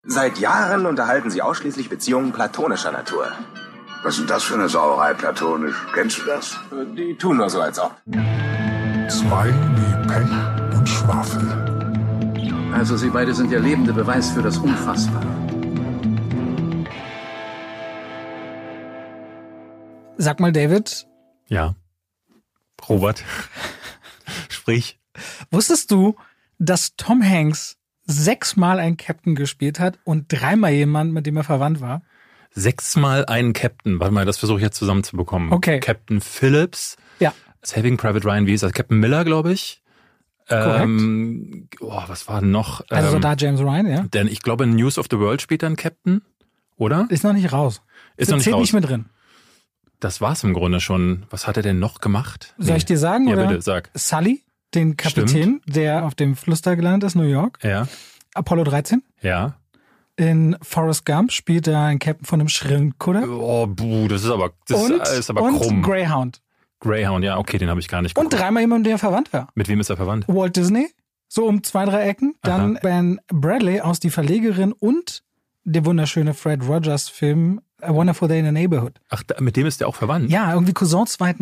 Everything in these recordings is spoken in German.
Seit Jahren unterhalten sie ausschließlich Beziehungen platonischer Natur. Was ist denn das für eine Sauerei, platonisch? Kennst du das? Die tun nur so, als ob. 2 wie Pech und Schwafel. Also Sie beide sind der lebende Beweis für das Unfassbare. Sag mal, David. Ja. Robert. Sprich. Wusstest du, dass Tom Hanks 6-mal einen Captain gespielt hat und 3-mal jemand, mit dem er verwandt war? 6-mal einen Captain. Warte mal, das versuche ich jetzt zusammenzubekommen. Okay. Captain Phillips. Ja. Saving Private Ryan, wie ist das? Captain Miller, glaube ich. Korrekt. Was war denn noch? Also so da James Ryan, ja. Denn ich glaube, in News of the World spielt er ein Captain, oder? Ist noch nicht raus. Ist noch nicht raus. Nicht mit drin. Das war's im Grunde schon. Was hat er denn noch gemacht? Soll ich dir sagen? Ja, oder? bitte, sag. Sully, den Kapitän, der auf dem Fluss da gelandet ist, New York. Ja. Apollo 13. Ja. In Forrest Gump spielt er einen Captain von einem Schrillenkutter. Oh, das ist aber und krumm. Greyhound. Greyhound, ja, okay, den habe ich gar nicht geguckt. Und 3-mal jemand, der verwandt war. Mit wem ist er verwandt? Walt Disney, so um 2-3 Ecken. Dann Ben Bradley aus Die Verlegerin und der wunderschöne Fred Rogers Film A Wonderful Day in the Neighborhood. Ach, mit dem ist der auch verwandt? Ja, irgendwie Cousin zweiten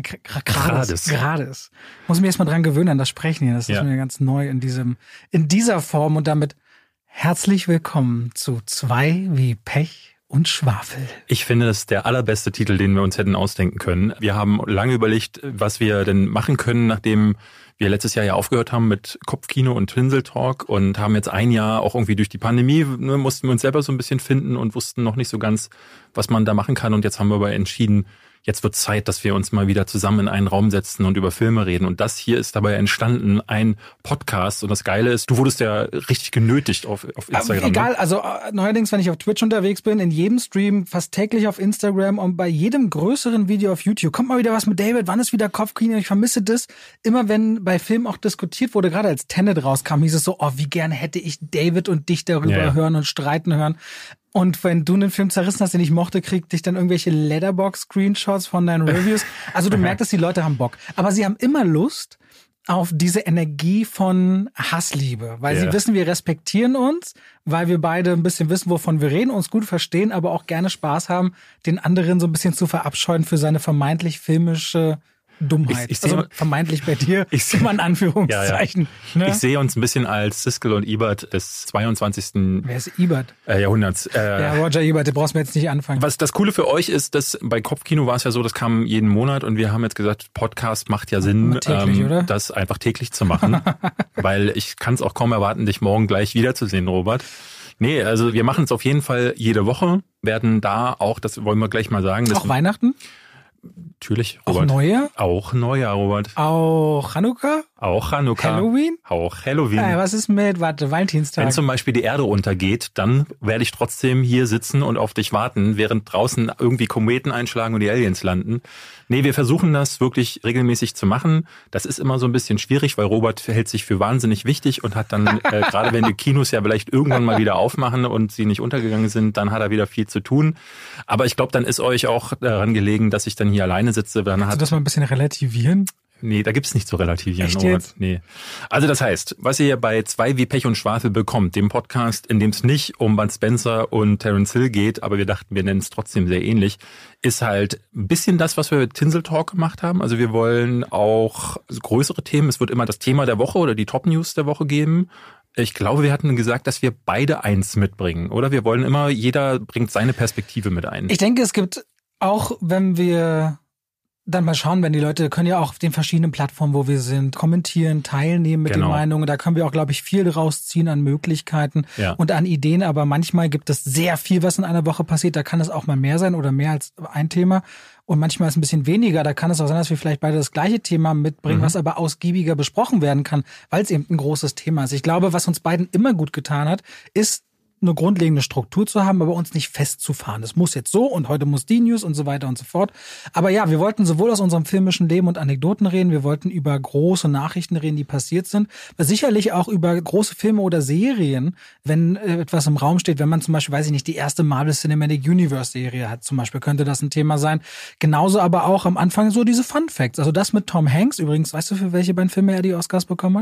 Grades. Muss mich erstmal dran gewöhnen an das Sprechen hier. Das ist mir ganz neu in dieser Form. Und damit herzlich willkommen zu 2 wie Pech und Schwafel. Ich finde, das ist der allerbeste Titel, den wir uns hätten ausdenken können. Wir haben lange überlegt, was wir denn machen können, nachdem wir letztes Jahr ja aufgehört haben mit Kopfkino und Tinseltalk und haben jetzt ein Jahr auch irgendwie durch die Pandemie, mussten wir uns selber so ein bisschen finden und wussten noch nicht so ganz, was man da machen kann. Und jetzt haben wir aber entschieden, jetzt wird Zeit, dass wir uns mal wieder zusammen in einen Raum setzen und über Filme reden. Und das hier ist dabei entstanden, ein Podcast. Und das Geile ist, du wurdest ja richtig genötigt auf Instagram. Egal, ne? also neuerdings, wenn ich auf Twitch unterwegs bin, in jedem Stream, fast täglich auf Instagram und bei jedem größeren Video auf YouTube, kommt mal wieder was mit David, wann ist wieder Kopfkino? Ich vermisse das. Immer wenn bei Filmen auch diskutiert wurde, gerade als Tenet rauskam, hieß es so, oh, wie gerne hätte ich David und dich darüber hören und streiten hören. Und wenn du einen Film zerrissen hast, den ich mochte, kriegt dich dann irgendwelche Letterboxd-Screenshots von deinen Reviews. Also du merkst, die Leute haben Bock. Aber sie haben immer Lust auf diese Energie von Hassliebe. Weil sie wissen, wir respektieren uns, weil wir beide ein bisschen wissen, wovon wir reden, uns gut verstehen, aber auch gerne Spaß haben, den anderen so ein bisschen zu verabscheuen für seine vermeintlich filmische Dummheit. Also vermeintlich bei dir, immer in Anführungszeichen. Ja. Ne? Ich sehe uns ein bisschen als Siskel und Ebert des 22. Wer ist Ebert? Jahrhunderts. Ja, Roger Ebert, du brauchst mir jetzt nicht anfangen. Was das Coole für euch ist, dass bei Kopfkino war es ja so, das kam jeden Monat und wir haben jetzt gesagt, Podcast macht ja Sinn, täglich, oder? Das einfach täglich zu machen. Weil ich kann es auch kaum erwarten, dich morgen gleich wiederzusehen, Robert. Nee, also wir machen es auf jeden Fall jede Woche, werden da auch, das wollen wir gleich mal sagen. Auch Weihnachten? Natürlich, Robert. Auch Neujahr? Auch Neujahr, Robert. Auch Chanukka? Auch Chanukka. Halloween? Auch Halloween. Was ist mit, Valentinstag? Wenn zum Beispiel die Erde untergeht, dann werde ich trotzdem hier sitzen und auf dich warten, während draußen irgendwie Kometen einschlagen und die Aliens landen. Nee, wir versuchen das wirklich regelmäßig zu machen. Das ist immer so ein bisschen schwierig, weil Robert hält sich für wahnsinnig wichtig und hat dann, gerade wenn die Kinos ja vielleicht irgendwann mal wieder aufmachen und sie nicht untergegangen sind, dann hat er wieder viel zu tun. Aber ich glaube, dann ist euch auch daran gelegen, dass ich dann hier alleine sitze. Kannst du das mal ein bisschen relativieren? Nee, da gibt's nicht zu relativieren. Echt jetzt? Nee. Also das heißt, was ihr bei 2 wie Pech und Schwafel bekommt, dem Podcast, in dem es nicht um Bud Spencer und Terence Hill geht, aber wir dachten, wir nennen es trotzdem sehr ähnlich, ist halt ein bisschen das, was wir mit Tinseltalk gemacht haben. Also wir wollen auch größere Themen. Es wird immer das Thema der Woche oder die Top-News der Woche geben. Ich glaube, wir hatten gesagt, dass wir beide eins mitbringen, oder? Wir wollen immer, jeder bringt seine Perspektive mit ein. Ich denke, es gibt auch, wenn wir dann mal schauen, wenn die Leute können ja auch auf den verschiedenen Plattformen, wo wir sind, kommentieren, teilnehmen mit den Meinungen. Da können wir auch, glaube ich, viel rausziehen an Möglichkeiten und an Ideen. Aber manchmal gibt es sehr viel, was in einer Woche passiert. Da kann es auch mal mehr sein oder mehr als ein Thema. Und manchmal ist ein bisschen weniger. Da kann es auch sein, dass wir vielleicht beide das gleiche Thema mitbringen, was aber ausgiebiger besprochen werden kann, weil es eben ein großes Thema ist. Ich glaube, was uns beiden immer gut getan hat, ist eine grundlegende Struktur zu haben, aber uns nicht festzufahren. Es muss jetzt so und heute muss die News und so weiter und so fort. Aber ja, wir wollten sowohl aus unserem filmischen Leben und Anekdoten reden, wir wollten über große Nachrichten reden, die passiert sind, aber sicherlich auch über große Filme oder Serien, wenn etwas im Raum steht, wenn man zum Beispiel, weiß ich nicht, die erste Marvel Cinematic Universe Serie hat zum Beispiel, könnte das ein Thema sein. Genauso aber auch am Anfang so diese Fun Facts. Also das mit Tom Hanks übrigens, weißt du, für welche beiden Filme er die Oscars bekommen hat?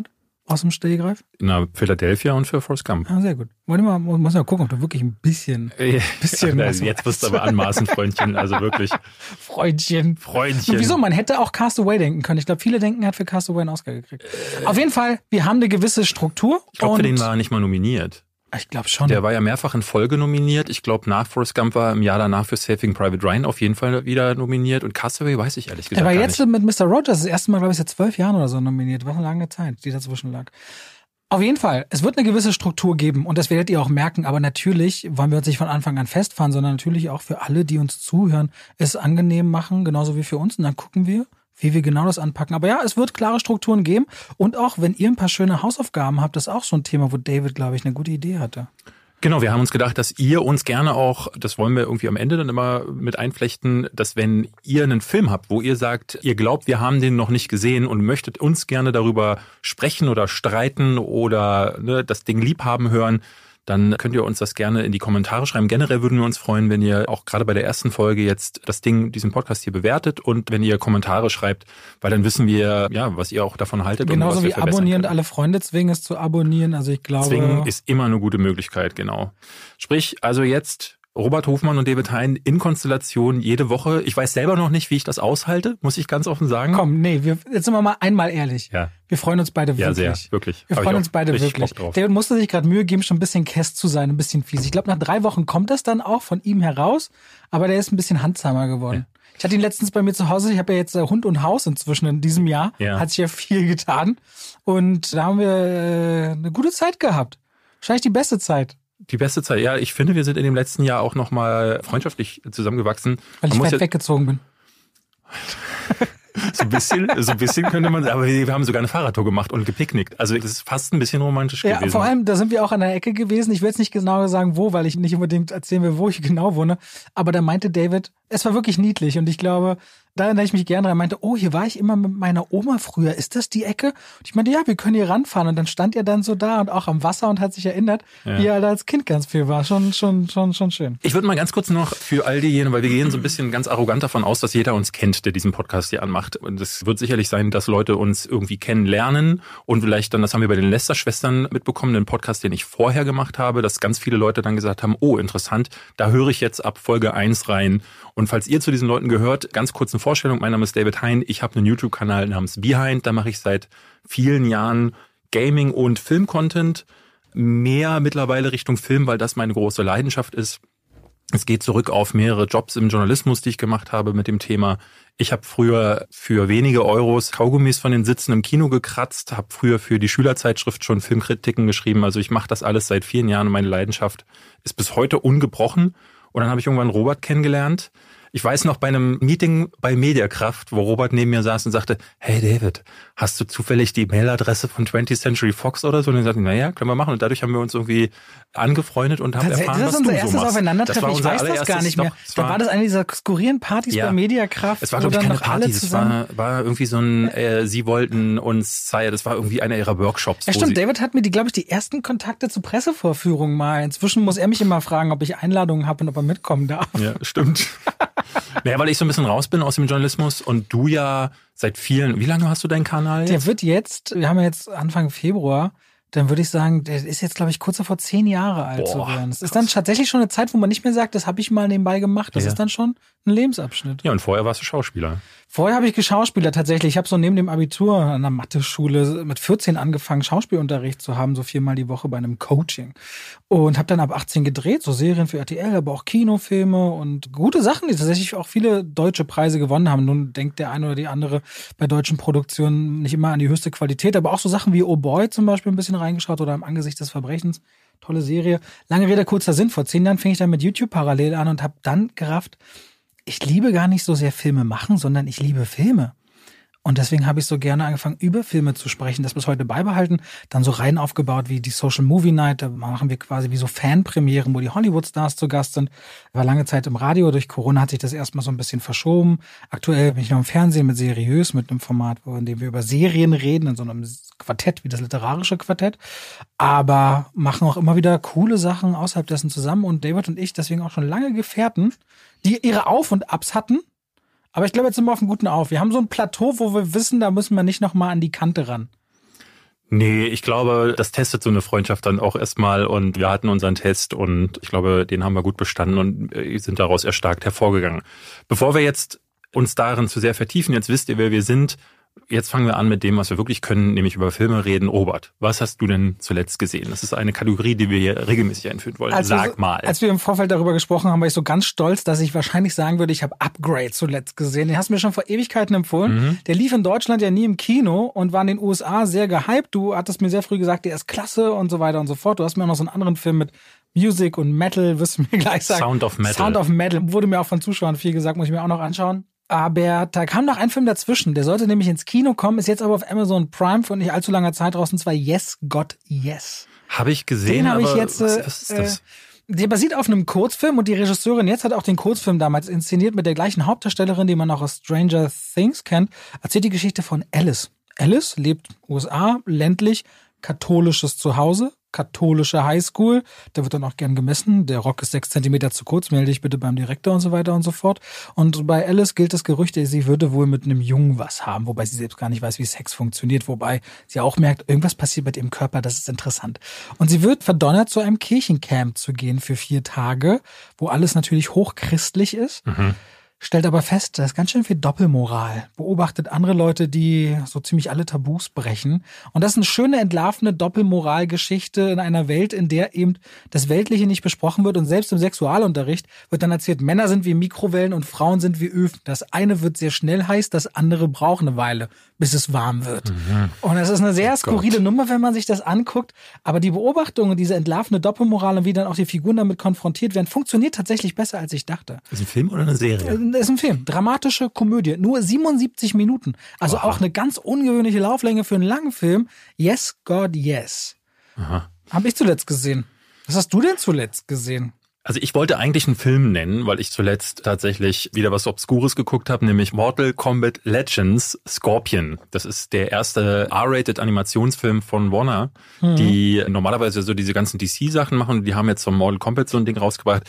Aus dem Stehgreif? Na, Philadelphia und für Forrest Gump. Ah, sehr gut. Muss mal gucken, ob du wirklich ein bisschen jetzt wirst du aber anmaßen, Freundchen, also wirklich. Freundchen. Wieso? Man hätte auch Castaway denken können. Ich glaube, viele denken, er hat für Castaway einen Oscar gekriegt. Auf jeden Fall, wir haben eine gewisse Struktur. Ich glaube, für den war er nicht mal nominiert. Ich glaube schon. Der war ja mehrfach in Folge nominiert. Ich glaube, nach Forrest Gump war im Jahr danach für Saving Private Ryan auf jeden Fall wieder nominiert. Und Castaway weiß ich ehrlich gesagt gar nicht. Er war jetzt mit Mr. Rogers das erste Mal, glaube ich, seit 12 Jahren oder so nominiert. War eine lange Zeit, die dazwischen lag. Auf jeden Fall, es wird eine gewisse Struktur geben und das werdet ihr auch merken. Aber natürlich wollen wir uns nicht von Anfang an festfahren, sondern natürlich auch für alle, die uns zuhören, es angenehm machen, genauso wie für uns. Und dann gucken wir, wie wir genau das anpacken. Aber ja, es wird klare Strukturen geben. Und auch, wenn ihr ein paar schöne Hausaufgaben habt, das ist auch so ein Thema, wo David, glaube ich, eine gute Idee hatte. Genau, wir haben uns gedacht, dass ihr uns gerne auch, das wollen wir irgendwie am Ende dann immer mit einflechten, dass wenn ihr einen Film habt, wo ihr sagt, ihr glaubt, wir haben den noch nicht gesehen und möchtet uns gerne darüber sprechen oder streiten oder das Ding liebhaben hören, dann könnt ihr uns das gerne in die Kommentare schreiben. Generell würden wir uns freuen, wenn ihr auch gerade bei der ersten Folge jetzt diesen Podcast hier bewertet und wenn ihr Kommentare schreibt, weil dann wissen wir, ja, was ihr auch davon haltet. Genauso und was wie abonnieren, alle Freunde zwingen es zu abonnieren. Also ich glaube. Zwingen ist immer eine gute Möglichkeit, genau. Sprich, also jetzt Robert Hofmann und David Hein in Konstellation jede Woche. Ich weiß selber noch nicht, wie ich das aushalte, muss ich ganz offen sagen. Komm, jetzt sind wir mal einmal ehrlich. Ja. Wir freuen uns beide wirklich. Ja, sehr, wirklich. Wir freuen uns beide wirklich. David musste sich gerade Mühe geben, schon ein bisschen Kess zu sein, ein bisschen fies. Ich glaube, nach 3 Wochen kommt das dann auch von ihm heraus, aber der ist ein bisschen handsamer geworden. Ja. Ich hatte ihn letztens bei mir zu Hause, ich habe ja jetzt Hund und Haus inzwischen in diesem Jahr, hat sich ja viel getan und da haben wir eine gute Zeit gehabt. Wahrscheinlich die beste Zeit. Die beste Zeit, ja. Ich finde, wir sind in dem letzten Jahr auch nochmal freundschaftlich zusammengewachsen. Weil ich weit weggezogen bin. So ein bisschen könnte man, aber wir haben sogar eine Fahrradtour gemacht und gepicknickt. Also das ist fast ein bisschen romantisch gewesen. Ja, vor allem, da sind wir auch an der Ecke gewesen. Ich will jetzt nicht genau sagen, wo, weil ich nicht unbedingt erzählen will, wo ich genau wohne. Aber da meinte David, es war wirklich niedlich und ich glaube, da erinnere ich mich gerne dran, meinte, oh, hier war ich immer mit meiner Oma früher. Ist das die Ecke? Und ich meinte, ja, wir können hier ranfahren. Und dann stand er dann so da und auch am Wasser und hat sich erinnert, wie er als Kind ganz viel war. Schon schön. Ich würde mal ganz kurz noch für all diejenigen, weil wir gehen so ein bisschen ganz arrogant davon aus, dass jeder uns kennt, der diesen Podcast hier anmacht. Und es wird sicherlich sein, dass Leute uns irgendwie kennenlernen und vielleicht dann, das haben wir bei den Lester-Schwestern mitbekommen, den Podcast, den ich vorher gemacht habe, dass ganz viele Leute dann gesagt haben, oh, interessant, da höre ich jetzt ab Folge 1 rein. Und falls ihr zu diesen Leuten gehört, ganz kurz eine Vorstellung. Mein Name ist David Hein. Ich habe einen YouTube-Kanal namens Behind. Da mache ich seit vielen Jahren Gaming- und Film-Content. Mehr mittlerweile Richtung Film, weil das meine große Leidenschaft ist. Es geht zurück auf mehrere Jobs im Journalismus, die ich gemacht habe mit dem Thema. Ich habe früher für wenige Euros Kaugummis von den Sitzen im Kino gekratzt, habe früher für die Schülerzeitschrift schon Filmkritiken geschrieben. Also ich mache das alles seit vielen Jahren und meine Leidenschaft ist bis heute ungebrochen. Und dann habe ich irgendwann Robert kennengelernt. Ich weiß noch bei einem Meeting bei Mediakraft, wo Robert neben mir saß und sagte, hey David, hast du zufällig die Mailadresse von 20th Century Fox oder so? Und dann sagte ich, naja, können wir machen. Und dadurch haben wir uns irgendwie angefreundet und haben erfahren, was du so machst. Das ist unser erstes Aufeinandertreffen. Ich weiß das gar nicht mehr. Da war das eine dieser skurrilen Partys bei Mediakraft. Es war, glaube ich, keine Party. Es war irgendwie so ein, sie wollten uns zeigen, das war irgendwie einer ihrer Workshops. Ja, stimmt. David hat mir die ersten Kontakte zu Pressevorführungen mal. Inzwischen muss er mich immer fragen, ob ich Einladungen habe und ob er mitkommen darf. Ja, stimmt. Naja, weil ich so ein bisschen raus bin aus dem Journalismus und du ja seit vielen, wie lange hast du deinen Kanal jetzt? Der wird jetzt, wir haben ja jetzt Anfang Februar, dann würde ich sagen, der ist jetzt, glaube ich, kurz davor 10 Jahre alt zu werden. Das ist dann tatsächlich schon eine Zeit, wo man nicht mehr sagt, das habe ich mal nebenbei gemacht. Das ist dann schon ein Lebensabschnitt. Ja, und vorher warst du Schauspieler. Vorher habe ich geschauspielert tatsächlich. Ich habe so neben dem Abitur an der Mathe-Schule mit 14 angefangen, Schauspielunterricht zu haben, so 4-mal die Woche bei einem Coaching. Und habe dann ab 18 gedreht, so Serien für RTL, aber auch Kinofilme und gute Sachen, die tatsächlich auch viele deutsche Preise gewonnen haben. Nun denkt der eine oder die andere bei deutschen Produktionen nicht immer an die höchste Qualität, aber auch so Sachen wie Oh Boy zum Beispiel ein bisschen reingeschaut oder Im Angesicht des Verbrechens. Tolle Serie. Lange Rede, kurzer Sinn. Vor 10 Jahren fing ich dann mit YouTube parallel an und habe dann gerafft, ich liebe gar nicht so sehr Filme machen, sondern ich liebe Filme. Und deswegen habe ich so gerne angefangen, über Filme zu sprechen, das bis heute beibehalten. Dann so Reihen aufgebaut wie die Social Movie Night. Da machen wir quasi wie so Fanpremieren, wo die Hollywood-Stars zu Gast sind. War lange Zeit im Radio. Durch Corona hat sich das erstmal so ein bisschen verschoben. Aktuell bin ich noch im Fernsehen mit Seriös, mit einem Format, in dem wir über Serien reden, in so einem Quartett wie das literarische Quartett. Aber machen auch immer wieder coole Sachen außerhalb dessen zusammen. Und David und ich, deswegen auch schon lange Gefährten, die ihre Auf- und Abs hatten. Aber ich glaube, jetzt sind wir auf einem guten Auf. Wir haben so ein Plateau, wo wir wissen, da müssen wir nicht nochmal an die Kante ran. Nee, ich glaube, das testet so eine Freundschaft dann auch erstmal und wir hatten unseren Test und ich glaube, den haben wir gut bestanden und sind daraus erstarkt hervorgegangen. Bevor wir jetzt uns darin zu sehr vertiefen, jetzt wisst ihr, wer wir sind. Jetzt fangen wir an mit dem, was wir wirklich können, nämlich über Filme reden. Robert, was hast du denn zuletzt gesehen? Das ist eine Kategorie, die wir hier regelmäßig einführen wollen. Sag mal. Als wir im Vorfeld darüber gesprochen haben, war ich so ganz stolz, dass ich wahrscheinlich sagen würde, ich habe Upgrade zuletzt gesehen. Den hast du mir schon vor Ewigkeiten empfohlen. Der lief in Deutschland ja nie im Kino und war in den USA sehr gehypt. Du hattest mir sehr früh gesagt, der ist klasse und so weiter und so fort. Du hast mir auch noch so einen anderen Film mit Music und Metal, wirst du mir gleich sagen. Sound of Metal. Sound of Metal. Wurde mir auch von Zuschauern viel gesagt, muss ich mir auch noch anschauen. Aber da kam noch ein Film dazwischen, der sollte nämlich ins Kino kommen, ist jetzt aber auf Amazon Prime von nicht allzu langer Zeit draußen, und zwar Yes, God, Yes. Habe ich gesehen, den habe ich jetzt, was ist das? Der basiert auf einem Kurzfilm und die Regisseurin jetzt hat auch den Kurzfilm damals inszeniert mit der gleichen Hauptdarstellerin, die man auch aus Stranger Things kennt, erzählt die Geschichte von Alice. Alice lebt USA, ländlich, katholisches Zuhause, katholische Highschool, da wird dann auch gern gemessen, der Rock ist 6 Zentimeter zu kurz, melde dich bitte beim Direktor und so weiter und so fort. Und bei Alice gilt das Gerücht, sie würde wohl mit einem Jungen was haben, wobei sie selbst gar nicht weiß, wie Sex funktioniert, wobei sie auch merkt, irgendwas passiert mit ihrem Körper, das ist interessant. Und sie wird verdonnert, zu einem Kirchencamp zu gehen für 4 Tage, wo alles natürlich hochchristlich ist. Stellt aber fest, da ist ganz schön viel Doppelmoral. Beobachtet andere Leute, die so ziemlich alle Tabus brechen. Und das ist eine schöne, entlarvende Doppelmoralgeschichte in einer Welt, in der eben das Weltliche nicht besprochen wird. Und selbst im Sexualunterricht wird dann erzählt, Männer sind wie Mikrowellen und Frauen sind wie Öfen. Das eine wird sehr schnell heiß, das andere braucht eine Weile, bis es warm wird. Und das ist eine sehr skurrile Nummer, wenn man sich das anguckt. Aber die Beobachtung und diese entlarvende Doppelmoral und wie dann auch die Figuren damit konfrontiert werden, funktioniert tatsächlich besser, als ich dachte. Ist ein Film oder eine Serie? Ist ein Film. Dramatische Komödie. Nur 77 Minuten. Also auch eine ganz ungewöhnliche Lauflänge für einen langen Film. Yes, God, Yes. Habe ich zuletzt gesehen. Was hast du denn zuletzt gesehen? Also ich wollte eigentlich einen Film nennen, weil ich zuletzt tatsächlich wieder was Obskures geguckt habe, nämlich Mortal Kombat Legends Scorpion. Das ist der erste R-rated Animationsfilm von Warner, die normalerweise so diese ganzen DC-Sachen machen. Die haben jetzt vom Mortal Kombat so ein Ding rausgebracht.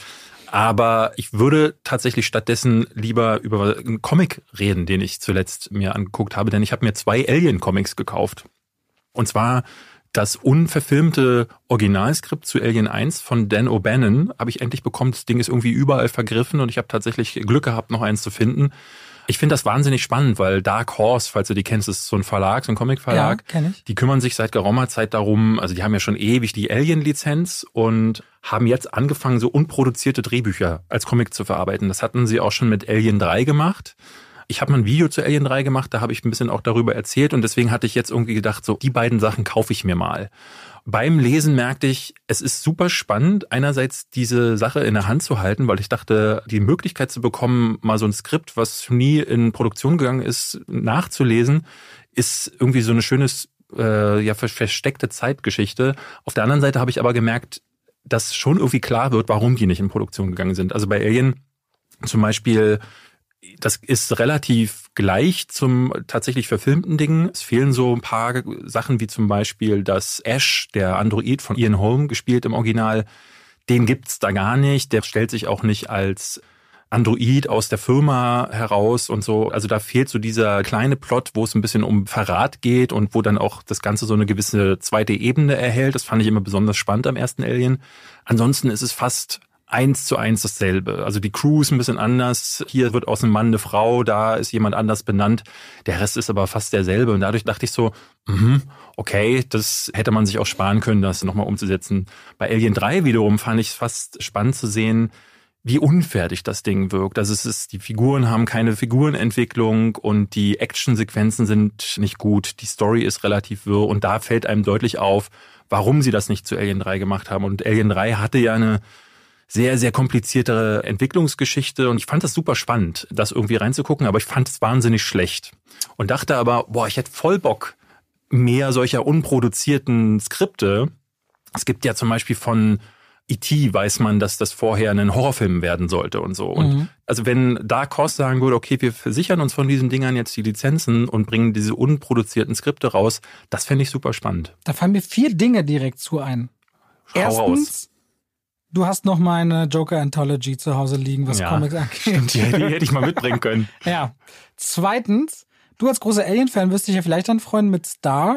Aber ich würde tatsächlich stattdessen lieber über einen Comic reden, den ich zuletzt mir angeguckt habe, denn ich habe mir 2 Alien-Comics gekauft. Und zwar das unverfilmte Originalskript zu Alien 1 von Dan O'Bannon habe ich endlich bekommen. Das Ding ist irgendwie überall vergriffen und ich habe tatsächlich Glück gehabt, noch eins zu finden. Ich finde das wahnsinnig spannend, weil Dark Horse, falls du die kennst, ist so ein Verlag, so ein Comic-Verlag. Ja, kenn ich. Die kümmern sich seit geraumer Zeit darum, also die haben ja schon ewig die Alien-Lizenz und haben jetzt angefangen, so unproduzierte Drehbücher als Comic zu verarbeiten. Das hatten sie auch schon mit Alien 3 gemacht. Ich habe mal ein Video zu Alien 3 gemacht, da habe ich ein bisschen auch darüber erzählt und deswegen hatte ich jetzt irgendwie gedacht, so die beiden Sachen kaufe ich mir mal. Beim Lesen merkte ich, es ist super spannend, einerseits diese Sache in der Hand zu halten, weil ich dachte, die Möglichkeit zu bekommen, mal so ein Skript, was nie in Produktion gegangen ist, nachzulesen, ist irgendwie so eine schönes, versteckte Zeitgeschichte. Auf der anderen Seite habe ich aber gemerkt, dass schon irgendwie klar wird, warum die nicht in Produktion gegangen sind. Also bei Alien zum Beispiel, das ist relativ gleich zum tatsächlich verfilmten Ding. Es fehlen so ein paar Sachen, wie zum Beispiel, dass Ash, der Android von Ian Holm, gespielt im Original, den gibt's da gar nicht. Der stellt sich auch nicht als Android aus der Firma heraus und so. Also da fehlt so dieser kleine Plot, wo es ein bisschen um Verrat geht und wo dann auch das Ganze so eine gewisse zweite Ebene erhält. Das fand ich immer besonders spannend am ersten Alien. Ansonsten ist es fast 1:1 dasselbe. Also die Crew ist ein bisschen anders. Hier wird aus einem Mann eine Frau, da ist jemand anders benannt. Der Rest ist aber fast derselbe. Und dadurch dachte ich so, okay, das hätte man sich auch sparen können, das nochmal umzusetzen. Bei Alien 3 wiederum fand ich es fast spannend zu sehen, wie unfertig das Ding wirkt. Also die Figuren haben keine Figurenentwicklung und die Actionsequenzen sind nicht gut. Die Story ist relativ wirr und da fällt einem deutlich auf, warum sie das nicht zu Alien 3 gemacht haben. Und Alien 3 hatte ja eine sehr, sehr komplizierte Entwicklungsgeschichte und ich fand das super spannend, das irgendwie reinzugucken, aber ich fand es wahnsinnig schlecht und dachte aber, ich hätte voll Bock, mehr solcher unproduzierten Skripte. Es gibt ja zum Beispiel von E.T. weiß man, dass das vorher ein Horrorfilm werden sollte und so. Und also wenn Dark Horse sagen würde, okay, wir versichern uns von diesen Dingern jetzt die Lizenzen und bringen diese unproduzierten Skripte raus, das fände ich super spannend. Da fallen mir 4 Dinge direkt zu ein. Erstens, du hast noch meine Joker-Anthology zu Hause liegen, was Comics angeht. Stimmt, die hätte ich mal mitbringen können. Ja. Zweitens, du als großer Alien-Fan wirst dich ja vielleicht dann freuen mit Star.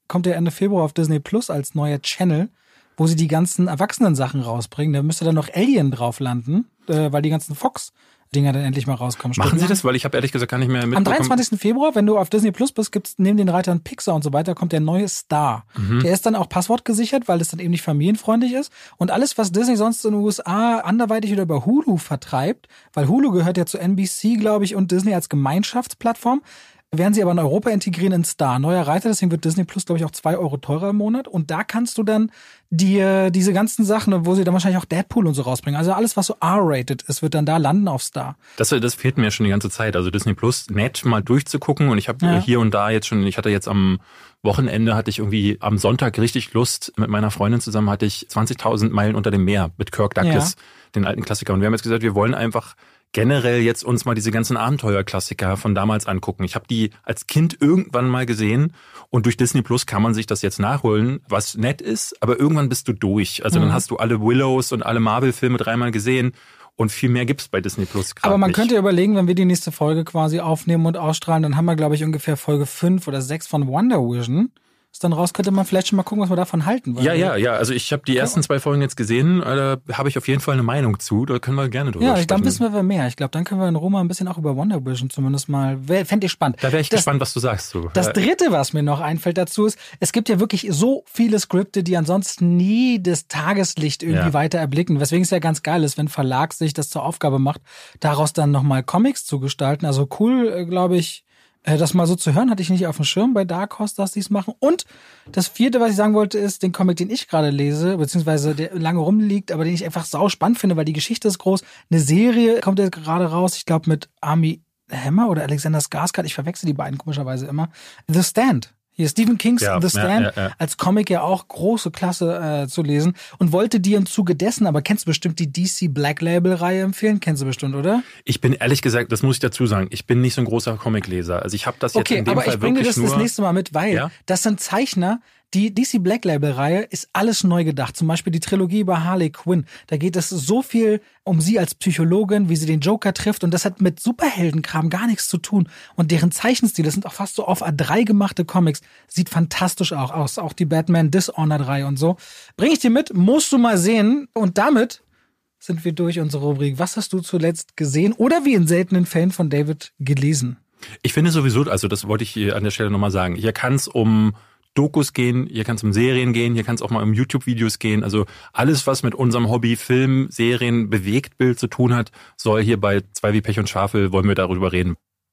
kommt ja Ende Februar auf Disney Plus als neuer Channel, wo sie die ganzen Erwachsenen-Sachen rausbringen. Da müsste dann noch Alien drauf landen, weil die ganzen Fox-Dinger dann endlich mal rauskommen. Machen Sie das? Weil ich habe ehrlich gesagt gar nicht mehr mitbekommen. Am 23. Februar, wenn du auf Disney Plus bist, gibt's neben den Reitern Pixar und so weiter, kommt der neue Star. Der ist dann auch passwortgesichert, weil das dann eben nicht familienfreundlich ist. Und alles, was Disney sonst in den USA anderweitig oder über Hulu vertreibt, weil Hulu gehört ja zu NBC, glaube ich, und Disney als Gemeinschaftsplattform, werden sie aber in Europa integrieren in Star. Neuer Reiter, deswegen wird Disney Plus, glaube ich, auch 2 € teurer im Monat. Und da kannst du dann dir diese ganzen Sachen, wo sie dann wahrscheinlich auch Deadpool und so rausbringen. Also alles, was so R-rated ist, wird dann da landen auf Star. Das fehlt mir schon die ganze Zeit. Also Disney Plus nett mal durchzugucken. Und ich habe hier und da jetzt schon, ich hatte jetzt am Wochenende, hatte ich irgendwie am Sonntag richtig Lust. Mit meiner Freundin zusammen hatte ich 20.000 Meilen unter dem Meer mit Kirk Douglas, den alten Klassiker. Und wir haben jetzt gesagt, wir wollen einfach generell jetzt uns mal diese ganzen Abenteuerklassiker von damals angucken. Ich habe die als Kind irgendwann mal gesehen und durch Disney Plus kann man sich das jetzt nachholen, was nett ist, aber irgendwann bist du durch. Also dann hast du alle Willows und alle Marvel-Filme 3-mal gesehen und viel mehr gibt's bei Disney Plus gerade. Aber man nicht. könnte überlegen, wenn wir die nächste Folge quasi aufnehmen und ausstrahlen, dann haben wir, glaube ich, ungefähr Folge 5 oder 6 von Wonder Vision. Dann raus könnte man vielleicht schon mal gucken, was wir davon halten. Ja. Also ich habe die ersten 2 Folgen jetzt gesehen, da habe ich auf jeden Fall eine Meinung zu, da können wir gerne drüber sprechen. Ja, dann wissen wir mehr. Ich glaube, dann können wir in Roma ein bisschen auch über Wonder Vision zumindest mal, fände ich spannend. Da wäre ich gespannt, was du sagst. Das Dritte, was mir noch einfällt dazu ist, es gibt ja wirklich so viele Skripte, die ansonsten nie das Tageslicht irgendwie weiter erblicken, weswegen es ja ganz geil ist, wenn ein Verlag sich das zur Aufgabe macht, daraus dann nochmal Comics zu gestalten. Also cool, glaube ich, das mal so zu hören, hatte ich nicht auf dem Schirm bei Dark Horse, dass die es machen. Und das 4., was ich sagen wollte, ist den Comic, den ich gerade lese, beziehungsweise der lange rumliegt, aber den ich einfach sau spannend finde, weil die Geschichte ist groß. Eine Serie kommt jetzt gerade raus, ich glaube mit Armie Hammer oder Alexander Skarsgård, ich verwechsel die beiden komischerweise immer. The Stand. Hier Stephen Kings The Stand als Comic ja auch große Klasse zu lesen und wollte dir im Zuge dessen, aber kennst du bestimmt die DC Black Label Reihe empfehlen? Kennst du bestimmt, oder? Ich bin ehrlich gesagt, das muss ich dazu sagen, ich bin nicht so ein großer Comicleser. Also ich habe das jetzt in dem Fall wirklich nur... Okay, aber ich bringe das nächste Mal mit, weil das sind Zeichner. Die DC Black Label Reihe ist alles neu gedacht. Zum Beispiel die Trilogie über Harley Quinn. Da geht es so viel um sie als Psychologin, wie sie den Joker trifft. Und das hat mit Superheldenkram gar nichts zu tun. Und deren Zeichenstil, das sind auch fast so auf A3 gemachte Comics. Sieht fantastisch auch aus. Auch die Batman Dishonored Reihe und so. Bring ich dir mit, musst du mal sehen. Und damit sind wir durch unsere Rubrik. Was hast du zuletzt gesehen oder wie in seltenen Fällen von David gelesen? Ich finde sowieso, also das wollte ich hier an der Stelle nochmal sagen. Hier kann es um Dokus gehen, hier kann es um Serien gehen, hier kann es auch mal um YouTube-Videos gehen. Also alles, was mit unserem Hobby Film, Serien, Bewegtbild zu tun hat, soll hier bei 2 wie Pech und Schwafel, wollen wir darüber reden.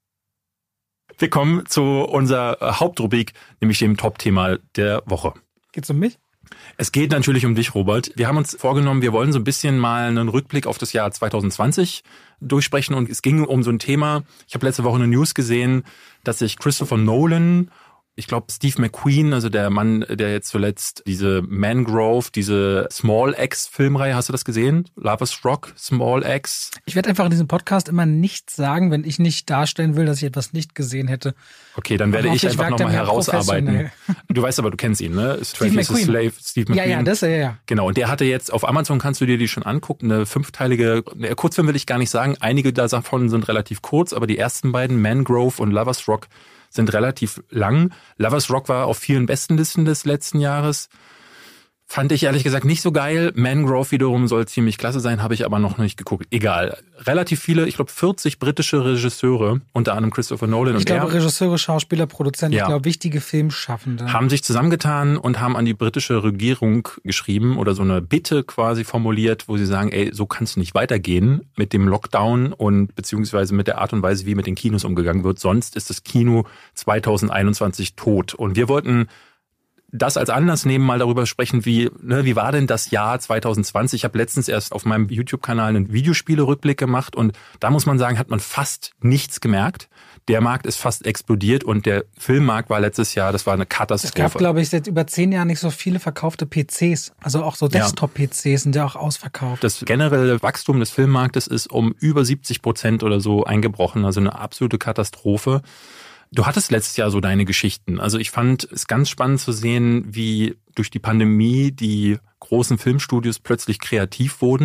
Wir kommen zu unserer Hauptrubrik, nämlich dem Top-Thema der Woche. Geht's um mich? Es geht natürlich um dich, Robert. Wir haben uns vorgenommen, wir wollen so ein bisschen mal einen Rückblick auf das Jahr 2020 durchsprechen und es ging um so ein Thema. Ich habe letzte Woche eine News gesehen, dass sich Christopher Nolan, ich glaube Steve McQueen, also der Mann, der jetzt zuletzt diese Mangrove, diese Small Axe Filmreihe, hast du das gesehen? Lovers Rock, Small Axe? Ich werde einfach in diesem Podcast immer nichts sagen, wenn ich nicht darstellen will, dass ich etwas nicht gesehen hätte. Okay, dann werde ich einfach nochmal herausarbeiten. Du weißt aber, du kennst ihn, ne? Steve McQueen. Slave, Steve McQueen. Ja, das ja. Genau, und der hatte jetzt, auf Amazon kannst du dir die schon angucken, eine 5-teilige, Kurzfilm will ich gar nicht sagen, einige davon sind relativ kurz, aber die ersten beiden, Mangrove und Lovers Rock, sind relativ lang. Lovers Rock war auf vielen Bestenlisten des letzten Jahres. Fand ich ehrlich gesagt nicht so geil. Mangrove wiederum soll ziemlich klasse sein, habe ich aber noch nicht geguckt. Egal. Relativ viele, ich glaube 40 britische Regisseure, unter anderem Christopher Nolan ich glaube Regisseure, Schauspieler, Produzenten, ich glaube wichtige Filmschaffende. Haben sich zusammengetan und haben an die britische Regierung geschrieben oder so eine Bitte quasi formuliert, wo sie sagen, ey, so kann es nicht weitergehen mit dem Lockdown und beziehungsweise mit der Art und Weise, wie mit den Kinos umgegangen wird. Sonst ist das Kino 2021 tot. Und wir wollten das als Anlass nehmen, mal darüber sprechen, wie war denn das Jahr 2020? Ich habe letztens erst auf meinem YouTube-Kanal einen Videospiele-Rückblick gemacht und da muss man sagen, hat man fast nichts gemerkt. Der Markt ist fast explodiert und der Filmmarkt war letztes Jahr, das war eine Katastrophe. Es gab, glaube ich, seit über 10 Jahren nicht so viele verkaufte PCs. Also auch so Desktop-PCs sind ja auch ausverkauft. Das generelle Wachstum des Filmmarktes ist um über 70% oder so eingebrochen. Also eine absolute Katastrophe. Du hattest letztes Jahr so deine Geschichten. Also ich fand es ganz spannend zu sehen, wie durch die Pandemie die großen Filmstudios plötzlich kreativ wurden.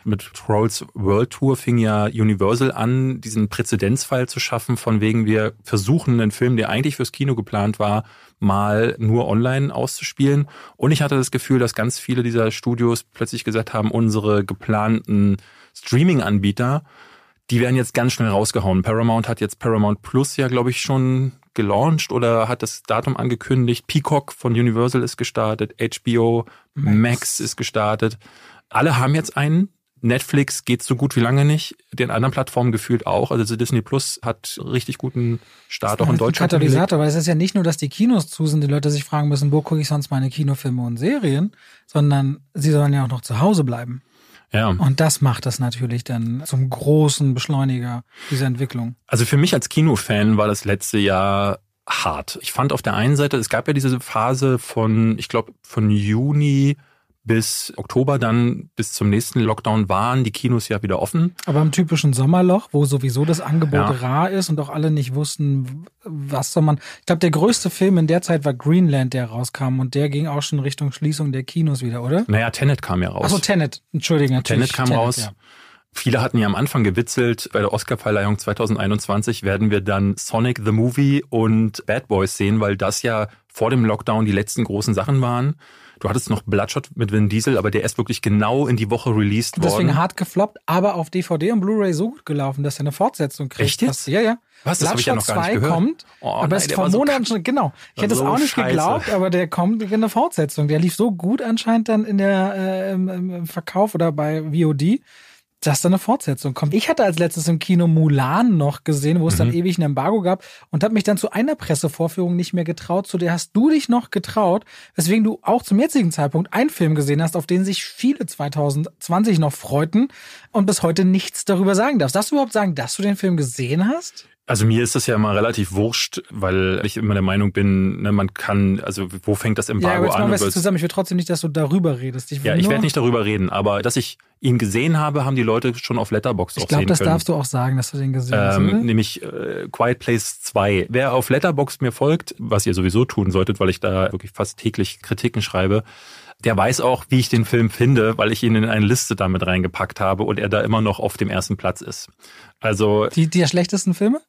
Mit Trolls World Tour fing ja Universal an, diesen Präzedenzfall zu schaffen, von wegen wir versuchen, einen Film, der eigentlich fürs Kino geplant war, mal nur online auszuspielen. Und ich hatte das Gefühl, dass ganz viele dieser Studios plötzlich gesagt haben, unsere geplanten Streaming-Anbieter, die werden jetzt ganz schnell rausgehauen. Paramount hat jetzt Paramount Plus ja, glaube ich, schon gelauncht oder hat das Datum angekündigt. Peacock von Universal ist gestartet, HBO Max ist gestartet. Alle haben jetzt einen. Netflix geht so gut wie lange nicht. Den anderen Plattformen gefühlt auch. Also Disney Plus hat richtig guten Start auch in Deutschland. Katalysator, weil es ist ja nicht nur, dass die Kinos zu sind, die Leute sich fragen müssen, wo gucke ich sonst meine Kinofilme und Serien, sondern sie sollen ja auch noch zu Hause bleiben. Ja. Und das macht das natürlich dann zum großen Beschleuniger dieser Entwicklung. Also für mich als Kinofan war das letzte Jahr hart. Ich fand auf der einen Seite, es gab ja diese Phase von, ich glaube, von Juni bis Oktober, dann bis zum nächsten Lockdown waren die Kinos ja wieder offen. Aber im typischen Sommerloch, wo sowieso das Angebot rar ist und auch alle nicht wussten, was soll man... Ich glaube, der größte Film in der Zeit war Greenland, der rauskam und der ging auch schon Richtung Schließung der Kinos wieder, oder? Naja, Tenet kam ja raus. Achso, Tenet. Entschuldigung, natürlich. Tenet kam raus. Ja. Viele hatten ja am Anfang gewitzelt, bei der Oscarverleihung 2021 werden wir dann Sonic the Movie und Bad Boys sehen, weil das ja vor dem Lockdown die letzten großen Sachen waren. Du hattest noch Bloodshot mit Vin Diesel, aber der ist wirklich genau in die Woche released worden. Deswegen hart gefloppt, aber auf DVD und Blu-ray so gut gelaufen, dass er eine Fortsetzung kriegt. Echt jetzt? Ja. Was? Das habe ich ja noch gar nicht gehört. Kommt, aber es ist vor Monaten schon, genau. Ich hätte es auch nicht geglaubt, aber der kommt in eine Fortsetzung. Der lief so gut anscheinend dann in der im Verkauf oder bei VOD, dass da eine Fortsetzung kommt. Ich hatte als letztes im Kino Mulan noch gesehen, wo es dann ewig ein Embargo gab und habe mich dann zu einer Pressevorführung nicht mehr getraut. Zu der hast du dich noch getraut, weswegen du auch zum jetzigen Zeitpunkt einen Film gesehen hast, auf den sich viele 2020 noch freuten und bis heute nichts darüber sagen darfst. Darfst du überhaupt sagen, dass du den Film gesehen hast? Also mir ist das ja immer relativ wurscht, weil ich immer der Meinung bin, ne, man kann, also wo fängt das Embargo an? Ja, aber jetzt machen wir es zusammen. Ich will trotzdem nicht, dass du darüber redest. Ich werde nicht darüber reden, aber dass ich ihn gesehen habe, haben die Leute schon auf Letterboxd auch sehen können. Ich glaube, das darfst du auch sagen, dass du den gesehen hast, oder? Nämlich Quiet Place 2. Wer auf Letterboxd mir folgt, was ihr sowieso tun solltet, weil ich da wirklich fast täglich Kritiken schreibe, der weiß auch, wie ich den Film finde, weil ich ihn in eine Liste damit reingepackt habe und er da immer noch auf dem ersten Platz ist. Also die schlechtesten Filme?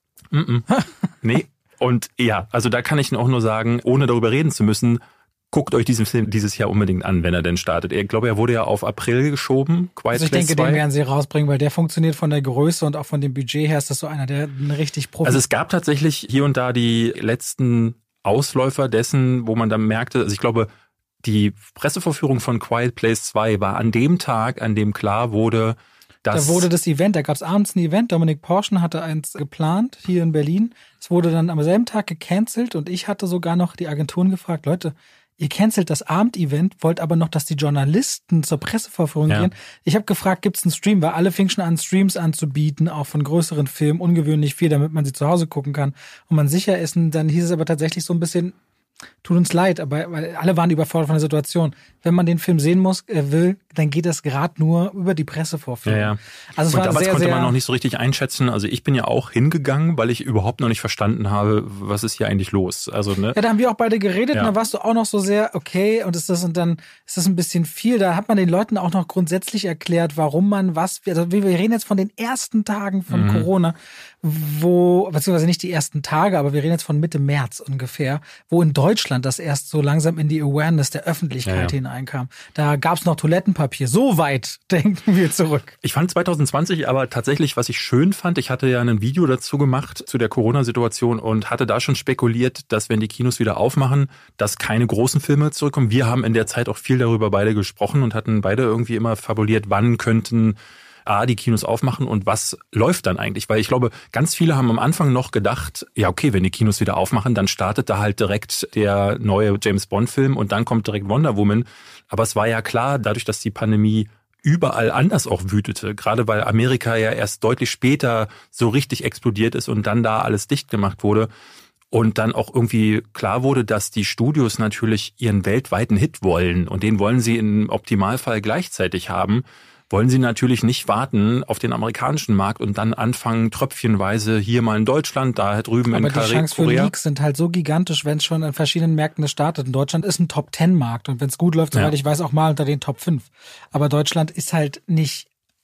Nee. Und ja, also da kann ich auch nur sagen, ohne darüber reden zu müssen, guckt euch diesen Film dieses Jahr unbedingt an, wenn er denn startet. Ich glaube, er wurde ja auf April geschoben. Also ich denke, den werden sie rausbringen, weil der funktioniert von der Größe und auch von dem Budget her. Ist das so einer, der richtig Profi... Also es gab tatsächlich hier und da die letzten Ausläufer dessen, wo man dann merkte, also ich glaube, die Pressevorführung von Quiet Place 2 war an dem Tag, an dem klar wurde, da wurde das Event, da gab es abends ein Event, Dominik Porschen hatte eins geplant hier in Berlin. Es wurde dann am selben Tag gecancelt und ich hatte sogar noch die Agenturen gefragt, Leute, ihr cancelt das Abendevent, wollt aber noch, dass die Journalisten zur Pressevorführung gehen. Ich habe gefragt, gibt's einen Stream, weil alle fingen schon an, Streams anzubieten, auch von größeren Filmen, ungewöhnlich viel, damit man sie zu Hause gucken kann und man sicher ist. Und dann hieß es aber tatsächlich so ein bisschen, tut uns leid, aber weil alle waren überfordert von der Situation. Wenn man den Film sehen will, dann geht das gerade nur über die Pressevorführung. Ja. Also es war damals sehr, konnte sehr man noch nicht so richtig einschätzen. Also ich bin ja auch hingegangen, weil ich überhaupt noch nicht verstanden habe, was ist hier eigentlich los. Also ne. Ja, da haben wir auch beide geredet und dann warst du auch noch so sehr, okay, und dann ist das ein bisschen viel. Da hat man den Leuten auch noch grundsätzlich erklärt, warum man also wir reden jetzt von den ersten Tagen von Corona, beziehungsweise nicht die ersten Tage, aber wir reden jetzt von Mitte März ungefähr, wo in Deutschland das erst so langsam in die Awareness der Öffentlichkeit hineinkam. Da gab's noch Toilettenpapier. So weit denken wir zurück. Ich fand 2020 aber tatsächlich, was ich schön fand, ich hatte ja ein Video dazu gemacht zu der Corona-Situation und hatte da schon spekuliert, dass wenn die Kinos wieder aufmachen, dass keine großen Filme zurückkommen. Wir haben in der Zeit auch viel darüber beide gesprochen und hatten beide irgendwie immer fabuliert, wann könnten die Kinos aufmachen und was läuft dann eigentlich? Weil ich glaube, ganz viele haben am Anfang noch gedacht, ja okay, wenn die Kinos wieder aufmachen, dann startet da halt direkt der neue James-Bond-Film und dann kommt direkt Wonder Woman. Aber es war ja klar, dadurch, dass die Pandemie überall anders auch wütete, gerade weil Amerika ja erst deutlich später so richtig explodiert ist und dann da alles dicht gemacht wurde und dann auch irgendwie klar wurde, dass die Studios natürlich ihren weltweiten Hit wollen und den wollen sie im Optimalfall gleichzeitig haben, wollen sie natürlich nicht warten auf den amerikanischen Markt und dann anfangen, tröpfchenweise hier mal in Deutschland, da drüben in Korea. Aber die Chance für Leaks sind halt so gigantisch, wenn es schon an verschiedenen Märkten startet. In Deutschland ist ein Top-10-Markt und wenn es gut läuft, soweit ich weiß, auch mal unter den Top 5. Aber Deutschland ist halt nicht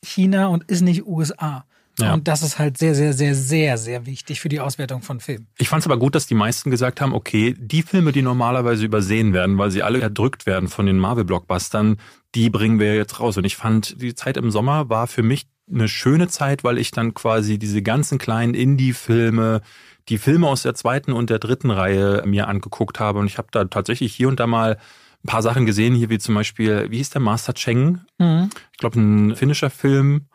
China und ist nicht USA. Ja. Und das ist halt sehr, sehr, sehr, sehr, sehr wichtig für die Auswertung von Filmen. Ich fand es aber gut, dass die meisten gesagt haben, okay, die Filme, die normalerweise übersehen werden, weil sie alle erdrückt werden von den Marvel-Blockbustern, die bringen wir jetzt raus. Und ich fand, die Zeit im Sommer war für mich eine schöne Zeit, weil ich dann quasi diese ganzen kleinen Indie-Filme, die Filme aus der 2. und der 3. Reihe mir angeguckt habe. Und ich habe da tatsächlich hier und da mal ein paar Sachen gesehen, hier wie zum Beispiel, wie hieß der, Master Cheng? Ich glaube, ein finnischer Film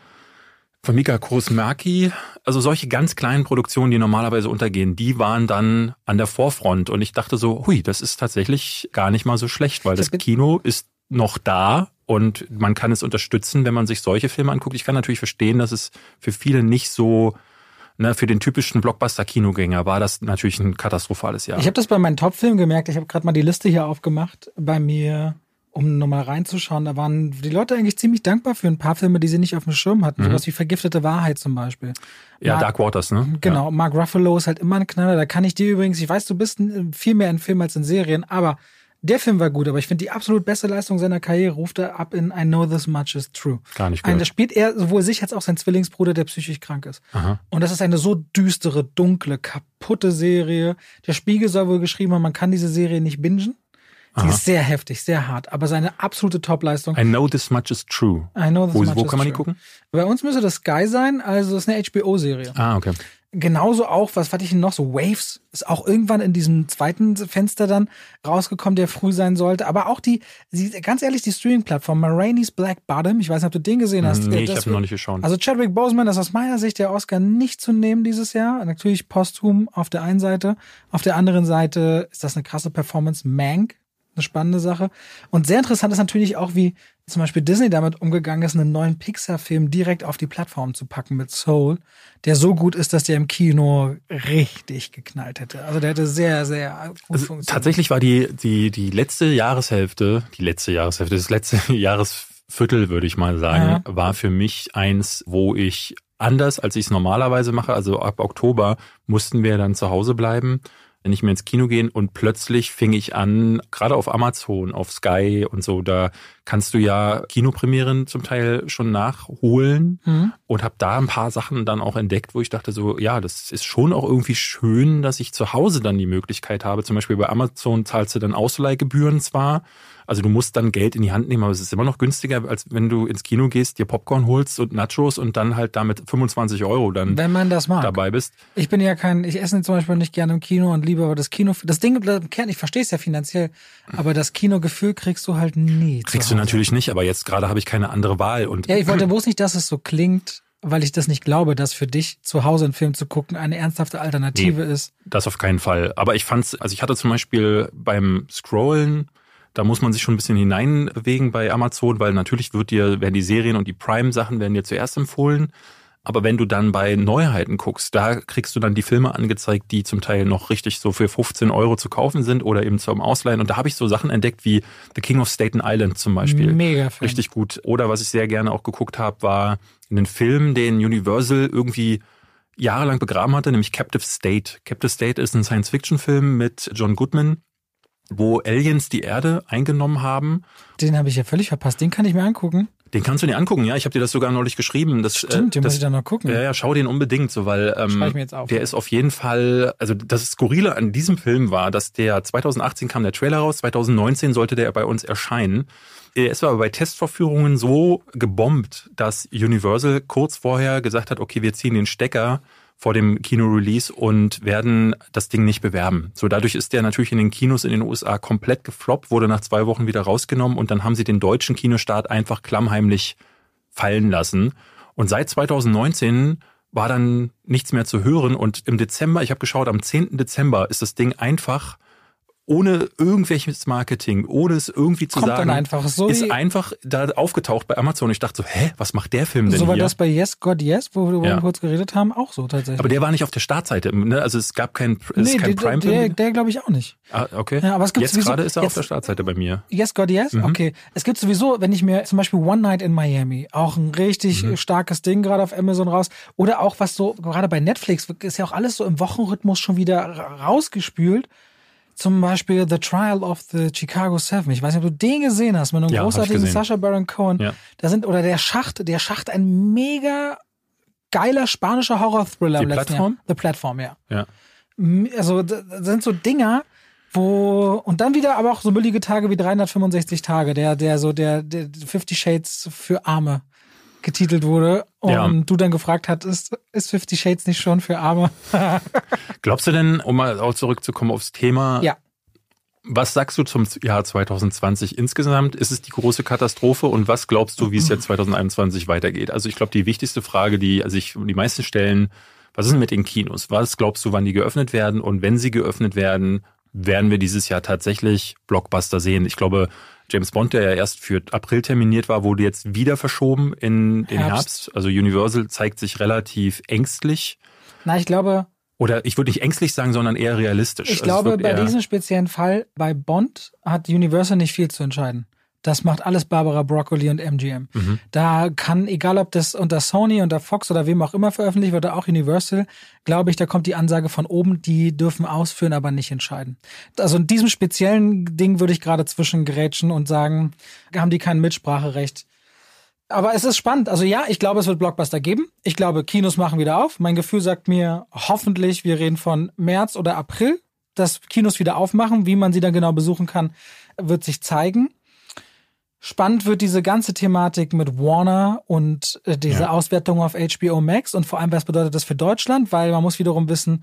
von Mika Kaurismäki. Also solche ganz kleinen Produktionen, die normalerweise untergehen, die waren dann an der Vorfront. Und ich dachte so, hui, das ist tatsächlich gar nicht mal so schlecht, weil das Kino ist noch da und man kann es unterstützen, wenn man sich solche Filme anguckt. Ich kann natürlich verstehen, dass es für viele nicht so, für den typischen Blockbuster-Kinogänger war das natürlich ein katastrophales Jahr. Ich habe das bei meinen Top-Filmen gemerkt. Ich habe gerade mal die Liste hier aufgemacht bei mir, um nochmal reinzuschauen. Da waren die Leute eigentlich ziemlich dankbar für ein paar Filme, die sie nicht auf dem Schirm hatten. Sowas wie Vergiftete Wahrheit zum Beispiel. Ja, Dark Waters, ne? Genau, ja. Mark Ruffalo ist halt immer ein Knaller. Da kann ich dir übrigens, ich weiß, du bist viel mehr in Filmen als in Serien, aber der Film war gut, aber ich finde, die absolut beste Leistung seiner Karriere ruft er ab in I Know This Much Is True. Gar nicht gehört. Da spielt er sowohl sich als auch sein Zwillingsbruder, der psychisch krank ist. Aha. Und das ist eine so düstere, dunkle, kaputte Serie. Der Spiegel soll wohl geschrieben haben, man kann diese Serie nicht bingen. Sie ist sehr heftig, sehr hart, aber seine absolute Top-Leistung. I Know This Much Is True. I Know This Much Is True. Wo kann man die gucken? Bei uns müsste das Sky sein, also es ist eine HBO-Serie. Ah, okay. Genauso auch, was hatte ich denn noch so? Waves ist auch irgendwann in diesem zweiten Fenster dann rausgekommen, der früh sein sollte. Aber auch ganz ehrlich, die Streaming-Plattform Ma Rainey's Black Bottom, ich weiß nicht, ob du den gesehen hast. Nee, ich habe noch nicht geschaut. Also Chadwick Boseman ist aus meiner Sicht der Oscar nicht zu nehmen dieses Jahr. Natürlich posthum auf der einen Seite. Auf der anderen Seite ist das eine krasse Performance. Mank, eine spannende Sache. Und sehr interessant ist natürlich auch, wie zum Beispiel Disney damit umgegangen ist, einen neuen Pixar-Film direkt auf die Plattform zu packen mit Soul, der so gut ist, dass der im Kino richtig geknallt hätte. Also der hätte sehr, sehr gut funktioniert. Tatsächlich war die letzte Jahreshälfte, das letzte Jahresviertel, würde ich mal sagen, war für mich eins, wo ich anders, als ich es normalerweise mache, also ab Oktober mussten wir dann zu Hause bleiben, nicht mehr ins Kino gehen und plötzlich fing ich an, gerade auf Amazon, auf Sky und so, da kannst du ja Kinopremieren zum Teil schon nachholen und habe da ein paar Sachen dann auch entdeckt, wo ich dachte so, ja, das ist schon auch irgendwie schön, dass ich zu Hause dann die Möglichkeit habe. Zum Beispiel bei Amazon zahlst du dann Ausleihgebühren zwar, also du musst dann Geld in die Hand nehmen, aber es ist immer noch günstiger, als wenn du ins Kino gehst, dir Popcorn holst und Nachos und dann halt damit 25 € dann, wenn man das mag, dabei bist. Ich bin ja ich esse zum Beispiel nicht gerne im Kino und liebe aber das Ding im Kern, ich verstehe es ja finanziell, aber das Kinogefühl kriegst du halt nie. Kriegst du natürlich nicht, aber jetzt gerade habe ich keine andere Wahl. Und ja, ich wollte bloß nicht, dass es so klingt, weil ich das nicht glaube, dass für dich zu Hause einen Film zu gucken eine ernsthafte Alternative ist. Das auf keinen Fall. Aber ich hatte zum Beispiel beim Scrollen, da muss man sich schon ein bisschen hineinbewegen bei Amazon, weil natürlich werden die Serien und die Prime-Sachen werden dir zuerst empfohlen. Aber wenn du dann bei Neuheiten guckst, da kriegst du dann die Filme angezeigt, die zum Teil noch richtig so für 15 € zu kaufen sind oder eben zum Ausleihen. Und da habe ich so Sachen entdeckt wie The King of Staten Island zum Beispiel. Mega Film. Richtig gut. Oder was ich sehr gerne auch geguckt habe, war einen Film, den Universal irgendwie jahrelang begraben hatte, nämlich Captive State. Captive State ist ein Science-Fiction-Film mit John Goodman, wo Aliens die Erde eingenommen haben. Den habe ich ja völlig verpasst. Den kann ich mir angucken. Den kannst du dir angucken, ja. Ich habe dir das sogar neulich geschrieben. Stimmt, den muss ich dann noch gucken. Ja, schau den unbedingt, so, weil schreib ich mir jetzt auf. Der ist auf jeden Fall, also das Skurrile an diesem Film war, dass 2018 kam der Trailer raus, 2019 sollte der bei uns erscheinen. Er ist aber bei Testvorführungen so gebombt, dass Universal kurz vorher gesagt hat, okay, wir ziehen den Stecker vor dem Kino-Release und werden das Ding nicht bewerben. So, dadurch ist der natürlich in den Kinos in den USA komplett gefloppt, wurde nach 2 Wochen wieder rausgenommen und dann haben sie den deutschen Kinostart einfach klammheimlich fallen lassen. Und seit 2019 war dann nichts mehr zu hören und im Dezember, ich habe geschaut, am 10. Dezember ist das Ding einfach ohne irgendwelches Marketing, ohne es irgendwie zu sagen, ist einfach da aufgetaucht bei Amazon. Ich dachte so, was macht der Film denn hier? So war das bei Yes, God Yes, wo wir kurz geredet haben, auch so tatsächlich. Aber der war nicht auf der Startseite, ne? Also es gab kein Prime-Film. Der glaube ich auch nicht. Ah, okay. Ja, aber es gibt jetzt gerade ist er auf der Startseite bei mir. Yes, God Yes? Okay. Es gibt sowieso, wenn ich mir zum Beispiel One Night in Miami, auch ein richtig starkes Ding gerade auf Amazon raus, oder auch was so, gerade bei Netflix, ist ja auch alles so im Wochenrhythmus schon wieder rausgespült. zum Beispiel The Trial of the Chicago 7. Ich weiß nicht, ob du den gesehen hast, mit einem großartigen Sacha Baron Cohen. Ja. Oder der Schacht, ein mega geiler spanischer Horror-Thriller im letzten Jahr. The Platform, ja. Also, das sind so Dinger, und dann wieder aber auch so müllige Tage wie 365 Tage, der 50 Shades für Arme getitelt wurde und du dann gefragt hattest, ist 50 Shades nicht schon für Arme? Glaubst du denn, um mal auch zurückzukommen aufs Thema, was sagst du zum Jahr 2020 insgesamt? Ist es die große Katastrophe und was glaubst du, wie es jetzt 2021 weitergeht? Also ich glaube, die wichtigste Frage, die sich die meisten stellen, was ist denn mit den Kinos? Was glaubst du, wann die geöffnet werden? Und wenn sie geöffnet werden, werden wir dieses Jahr tatsächlich Blockbuster sehen? Ich glaube, James Bond, der ja erst für April terminiert war, wurde jetzt wieder verschoben in den Herbst. Also Universal zeigt sich relativ ängstlich. Na, ich glaube... Oder ich würde nicht ängstlich sagen, sondern eher realistisch. Ich glaube, bei diesem speziellen Fall, bei Bond, hat Universal nicht viel zu entscheiden. Das macht alles Barbara Broccoli und MGM. Da kann, egal ob das unter Sony, unter Fox oder wem auch immer veröffentlicht wird, oder auch Universal, glaube ich, da kommt die Ansage von oben, die dürfen ausführen, aber nicht entscheiden. Also in diesem speziellen Ding würde ich gerade zwischengrätschen und sagen, haben die kein Mitspracherecht. Aber es ist spannend. Also ja, ich glaube, es wird Blockbuster geben. Ich glaube, Kinos machen wieder auf. Mein Gefühl sagt mir, hoffentlich, wir reden von März oder April, dass Kinos wieder aufmachen. Wie man sie dann genau besuchen kann, wird sich zeigen. Spannend wird diese ganze Thematik mit Warner und diese Auswertung auf HBO Max und vor allem, was bedeutet das für Deutschland? Weil man muss wiederum wissen,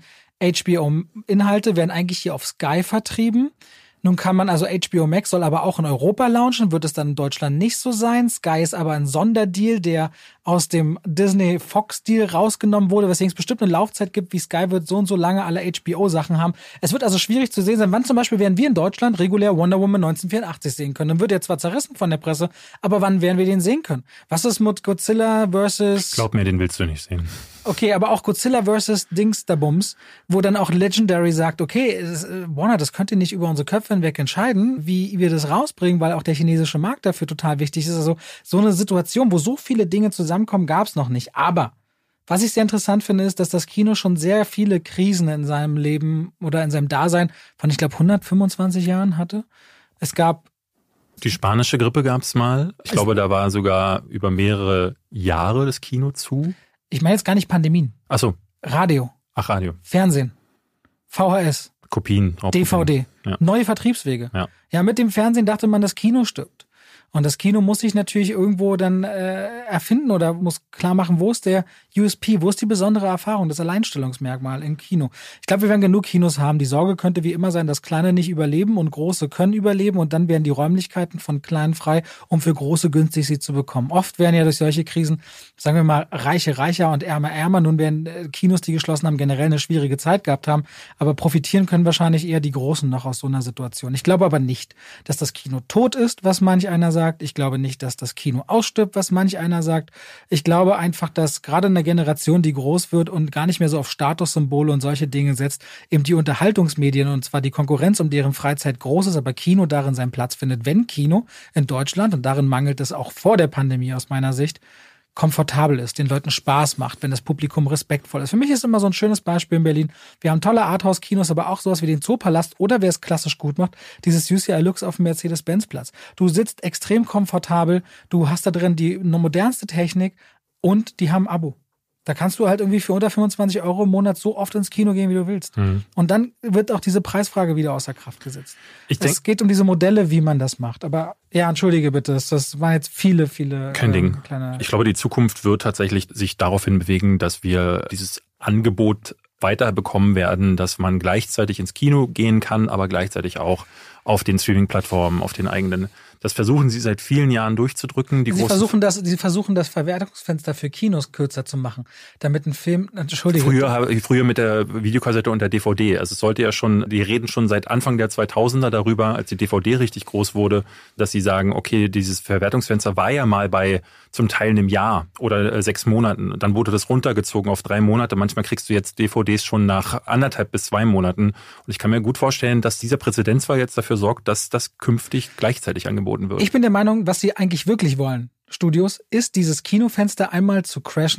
HBO-Inhalte werden eigentlich hier auf Sky vertrieben. Nun kann man also HBO Max soll aber auch in Europa launchen, wird es dann in Deutschland nicht so sein. Sky ist aber ein Sonderdeal, der aus dem Disney-Fox-Deal rausgenommen wurde, weswegen es bestimmt eine Laufzeit gibt, wie Sky wird so und so lange alle HBO-Sachen haben. Es wird also schwierig zu sehen sein, wann zum Beispiel werden wir in Deutschland regulär Wonder Woman 1984 sehen können. Dann wird er zwar zerrissen von der Presse, aber wann werden wir den sehen können? Was ist mit Godzilla versus... Glaub mir, den willst du nicht sehen. Okay, aber auch Godzilla versus Dingsterbums, wo dann auch Legendary sagt, okay, Warner, das könnt ihr nicht über unsere Köpfe hinweg entscheiden, wie wir das rausbringen, weil auch der chinesische Markt dafür total wichtig ist. Also so eine Situation, wo so viele Dinge zusammenkommen, gab es noch nicht. Aber was ich sehr interessant finde, ist, dass das Kino schon sehr viele Krisen in seinem Leben oder in seinem Dasein von, ich glaube, 125 Jahren hatte. Es gab die spanische Grippe gab es mal. Ich glaube, da war sogar über mehrere Jahre das Kino zu. Ich meine jetzt gar nicht Pandemien. Ach so. Radio. Ach, Radio. Fernsehen. VHS. Kopien. DVD. Ja. Neue Vertriebswege. Ja, mit dem Fernsehen dachte man, das Kino stirbt. Und das Kino muss sich natürlich irgendwo dann erfinden oder muss klar machen, wo ist der USP, wo ist die besondere Erfahrung, das Alleinstellungsmerkmal im Kino. Ich glaube, wir werden genug Kinos haben. Die Sorge könnte wie immer sein, dass Kleine nicht überleben und Große können überleben und dann werden die Räumlichkeiten von Kleinen frei, um für Große günstig sie zu bekommen. Oft werden ja durch solche Krisen, sagen wir mal, Reiche reicher und Ärmer ärmer. Nun werden Kinos, die geschlossen haben, generell eine schwierige Zeit gehabt haben, aber profitieren können wahrscheinlich eher die Großen noch aus so einer Situation. Ich glaube aber nicht, dass das Kino tot ist, was manch einer sagt. Ich glaube nicht, dass das Kino ausstirbt, was manch einer sagt. Ich glaube einfach, dass gerade eine Generation, die groß wird und gar nicht mehr so auf Statussymbole und solche Dinge setzt, eben die Unterhaltungsmedien und zwar die Konkurrenz um deren Freizeit groß ist, aber Kino darin seinen Platz findet. Wenn Kino in Deutschland, und darin mangelt es auch vor der Pandemie aus meiner Sicht, komfortabel ist, den Leuten Spaß macht, wenn das Publikum respektvoll ist. Für mich ist immer so ein schönes Beispiel in Berlin. Wir haben tolle Arthouse-Kinos, aber auch sowas wie den Zoopalast oder wer es klassisch gut macht, dieses UCI Lux auf dem Mercedes-Benz-Platz. Du sitzt extrem komfortabel, du hast da drin die modernste Technik und die haben ein Abo. Da kannst du halt irgendwie für unter 25 € im Monat so oft ins Kino gehen, wie du willst. Und dann wird auch diese Preisfrage wieder außer Kraft gesetzt. Es geht um diese Modelle, wie man das macht. Aber ja, entschuldige bitte, das waren jetzt viele Kein Ding. Ich glaube, die Zukunft wird tatsächlich sich daraufhin bewegen, dass wir dieses Angebot weiter bekommen werden, dass man gleichzeitig ins Kino gehen kann, aber gleichzeitig auch auf den Streaming-Plattformen, auf den eigenen. Das versuchen sie seit vielen Jahren durchzudrücken. Sie versuchen das Verwertungsfenster für Kinos kürzer zu machen, damit ein Film, entschuldige. Früher mit der Videokassette und der DVD. Also es sollte ja schon, die reden schon seit Anfang der 2000er darüber, als die DVD richtig groß wurde, dass sie sagen, okay, dieses Verwertungsfenster war ja mal bei zum Teil einem Jahr oder 6 Monaten. Dann wurde das runtergezogen auf 3 Monate. Manchmal kriegst du jetzt DVDs schon nach 1,5 bis 2 Monaten. Und ich kann mir gut vorstellen, dass dieser Präzedenzfall jetzt dafür sorgt, dass das künftig gleichzeitig angeboten wird. Ich bin der Meinung, was sie eigentlich wirklich wollen, Studios, ist dieses Kinofenster einmal zu crashen,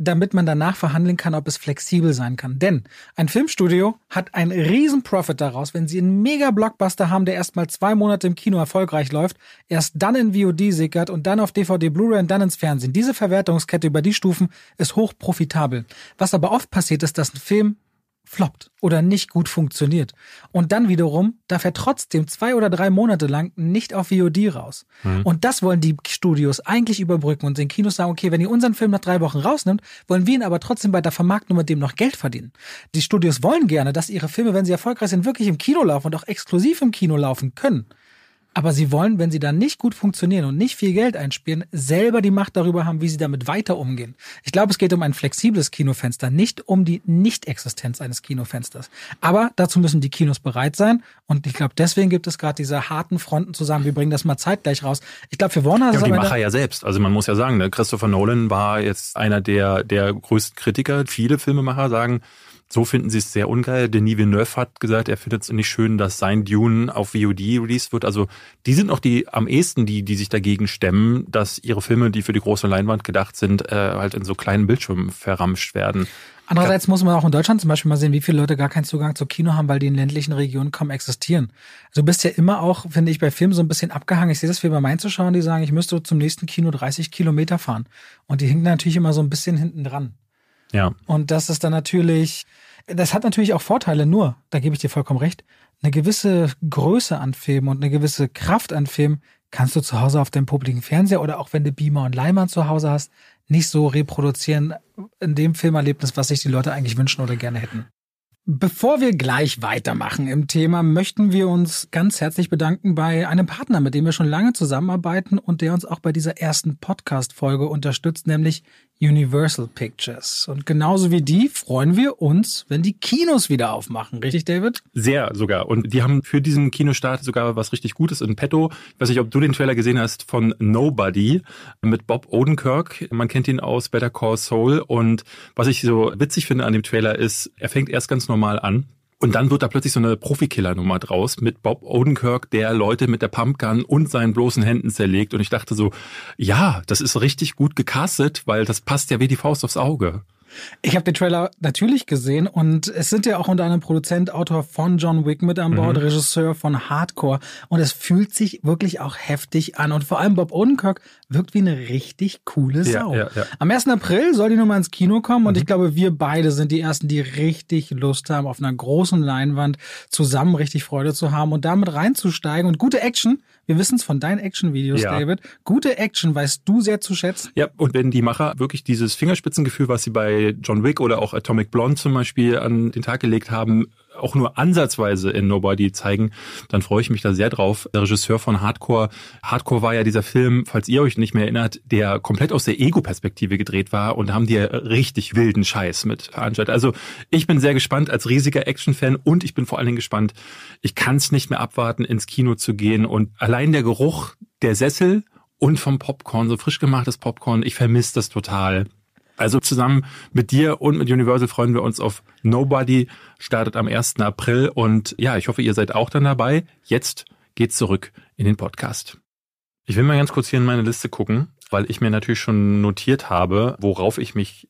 damit man danach verhandeln kann, ob es flexibel sein kann. Denn ein Filmstudio hat einen riesen Profit daraus, wenn sie einen Mega-Blockbuster haben, der erst mal 2 Monate im Kino erfolgreich läuft, erst dann in VOD sickert und dann auf DVD, Blu-ray und dann ins Fernsehen. Diese Verwertungskette über die Stufen ist hoch profitabel. Was aber oft passiert ist, dass ein Film floppt oder nicht gut funktioniert. Und dann wiederum darf er trotzdem 2 oder 3 Monate lang nicht auf VOD raus. Und das wollen die Studios eigentlich überbrücken und den Kinos sagen, okay, wenn ihr unseren Film nach 3 Wochen rausnimmt, wollen wir ihn aber trotzdem bei der Vermarktung mit dem noch Geld verdienen. Die Studios wollen gerne, dass ihre Filme, wenn sie erfolgreich sind, wirklich im Kino laufen und auch exklusiv im Kino laufen können. Aber sie wollen, wenn sie dann nicht gut funktionieren und nicht viel Geld einspielen, selber die Macht darüber haben, wie sie damit weiter umgehen. Ich glaube, es geht um ein flexibles Kinofenster, nicht um die Nicht-Existenz eines Kinofensters. Aber dazu müssen die Kinos bereit sein. Und ich glaube, deswegen gibt es gerade diese harten Fronten zu sagen, wir bringen das mal zeitgleich raus. Ich glaube, für Warner... Ja, und die Macher ja selbst. Also man muss ja sagen, ne, Christopher Nolan war jetzt einer der größten Kritiker. Viele Filmemacher sagen, so finden sie es sehr ungeil. Denis Villeneuve hat gesagt, er findet es nicht schön, dass sein Dune auf VOD released wird. Also die sind noch die am ehesten, die sich dagegen stemmen, dass ihre Filme, die für die große Leinwand gedacht sind, halt in so kleinen Bildschirmen verramscht werden. Andererseits muss man auch in Deutschland zum Beispiel mal sehen, wie viele Leute gar keinen Zugang zu Kino haben, weil die in ländlichen Regionen kaum existieren. Also du bist ja immer auch, finde ich, bei Filmen so ein bisschen abgehangen. Ich sehe das viel bei Main Zuschauern, die sagen, ich müsste zum nächsten Kino 30 Kilometer fahren. Und die hinken natürlich immer so ein bisschen hinten dran. Ja. Und das ist dann natürlich, das hat natürlich auch Vorteile, nur, da gebe ich dir vollkommen recht, eine gewisse Größe an Filmen und eine gewisse Kraft an Filmen kannst du zu Hause auf deinem publiken Fernseher oder auch wenn du Beamer und Leinwand zu Hause hast, nicht so reproduzieren in dem Filmerlebnis, was sich die Leute eigentlich wünschen oder gerne hätten. Bevor wir gleich weitermachen im Thema, möchten wir uns ganz herzlich bedanken bei einem Partner, mit dem wir schon lange zusammenarbeiten und der uns auch bei dieser ersten Podcast-Folge unterstützt, nämlich Universal Pictures. Und genauso wie die freuen wir uns, wenn die Kinos wieder aufmachen. Richtig, David? Sehr sogar. Und die haben für diesen Kinostart sogar was richtig Gutes in petto. Ich weiß nicht, ob du den Trailer gesehen hast von Nobody mit Bob Odenkirk. Man kennt ihn aus Better Call Saul. Und was ich so witzig finde an dem Trailer ist, er fängt erst ganz normal an. Und dann wird da plötzlich so eine Profikiller-Nummer draus mit Bob Odenkirk, der Leute mit der Pumpgun und seinen bloßen Händen zerlegt. Und ich dachte so, ja, das ist richtig gut gecastet, weil das passt ja wie die Faust aufs Auge. Ich habe den Trailer natürlich gesehen und es sind ja auch unter anderem Produzent, Autor von John Wick mit an Bord, Regisseur von Hardcore und es fühlt sich wirklich auch heftig an und vor allem Bob Odenkirk wirkt wie eine richtig coole Sau. Ja. Am 1. April soll die Nummer ins Kino kommen und ich glaube, wir beide sind die Ersten, die richtig Lust haben, auf einer großen Leinwand zusammen richtig Freude zu haben und damit reinzusteigen und gute Action. Wir wissen es von deinen Action-Videos, ja. David. Gute Action weißt du sehr zu schätzen. Ja, und wenn die Macher wirklich dieses Fingerspitzengefühl, was sie bei John Wick oder auch Atomic Blonde zum Beispiel an den Tag gelegt haben, auch nur ansatzweise in Nobody zeigen, dann freue ich mich da sehr drauf. Der Regisseur von Hardcore. Hardcore war ja dieser Film, falls ihr euch nicht mehr erinnert, der komplett aus der Ego-Perspektive gedreht war und da haben die ja richtig wilden Scheiß mit veranstaltet. Also ich bin sehr gespannt als riesiger Action-Fan und ich bin vor allen Dingen gespannt, ich kann es nicht mehr abwarten, ins Kino zu gehen und allein der Geruch der Sessel und vom Popcorn, so frisch gemachtes Popcorn, ich vermisse das total. Also zusammen mit dir und mit Universal freuen wir uns auf Nobody, startet am 1. April und ja, ich hoffe, ihr seid auch dann dabei. Jetzt geht's zurück in den Podcast. Ich will mal ganz kurz hier in meine Liste gucken, weil ich mir natürlich schon notiert habe, worauf ich mich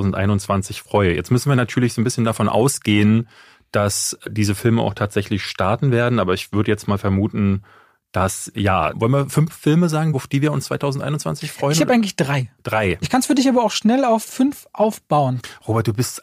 2021 freue. Jetzt müssen wir natürlich so ein bisschen davon ausgehen, dass diese Filme auch tatsächlich starten werden, aber ich würde jetzt mal vermuten, dass, ja, wollen wir 5 Filme sagen, auf die wir uns 2021 freuen? Ich habe eigentlich 3. 3. Ich kann es für dich aber auch schnell auf 5 aufbauen. Robert, du bist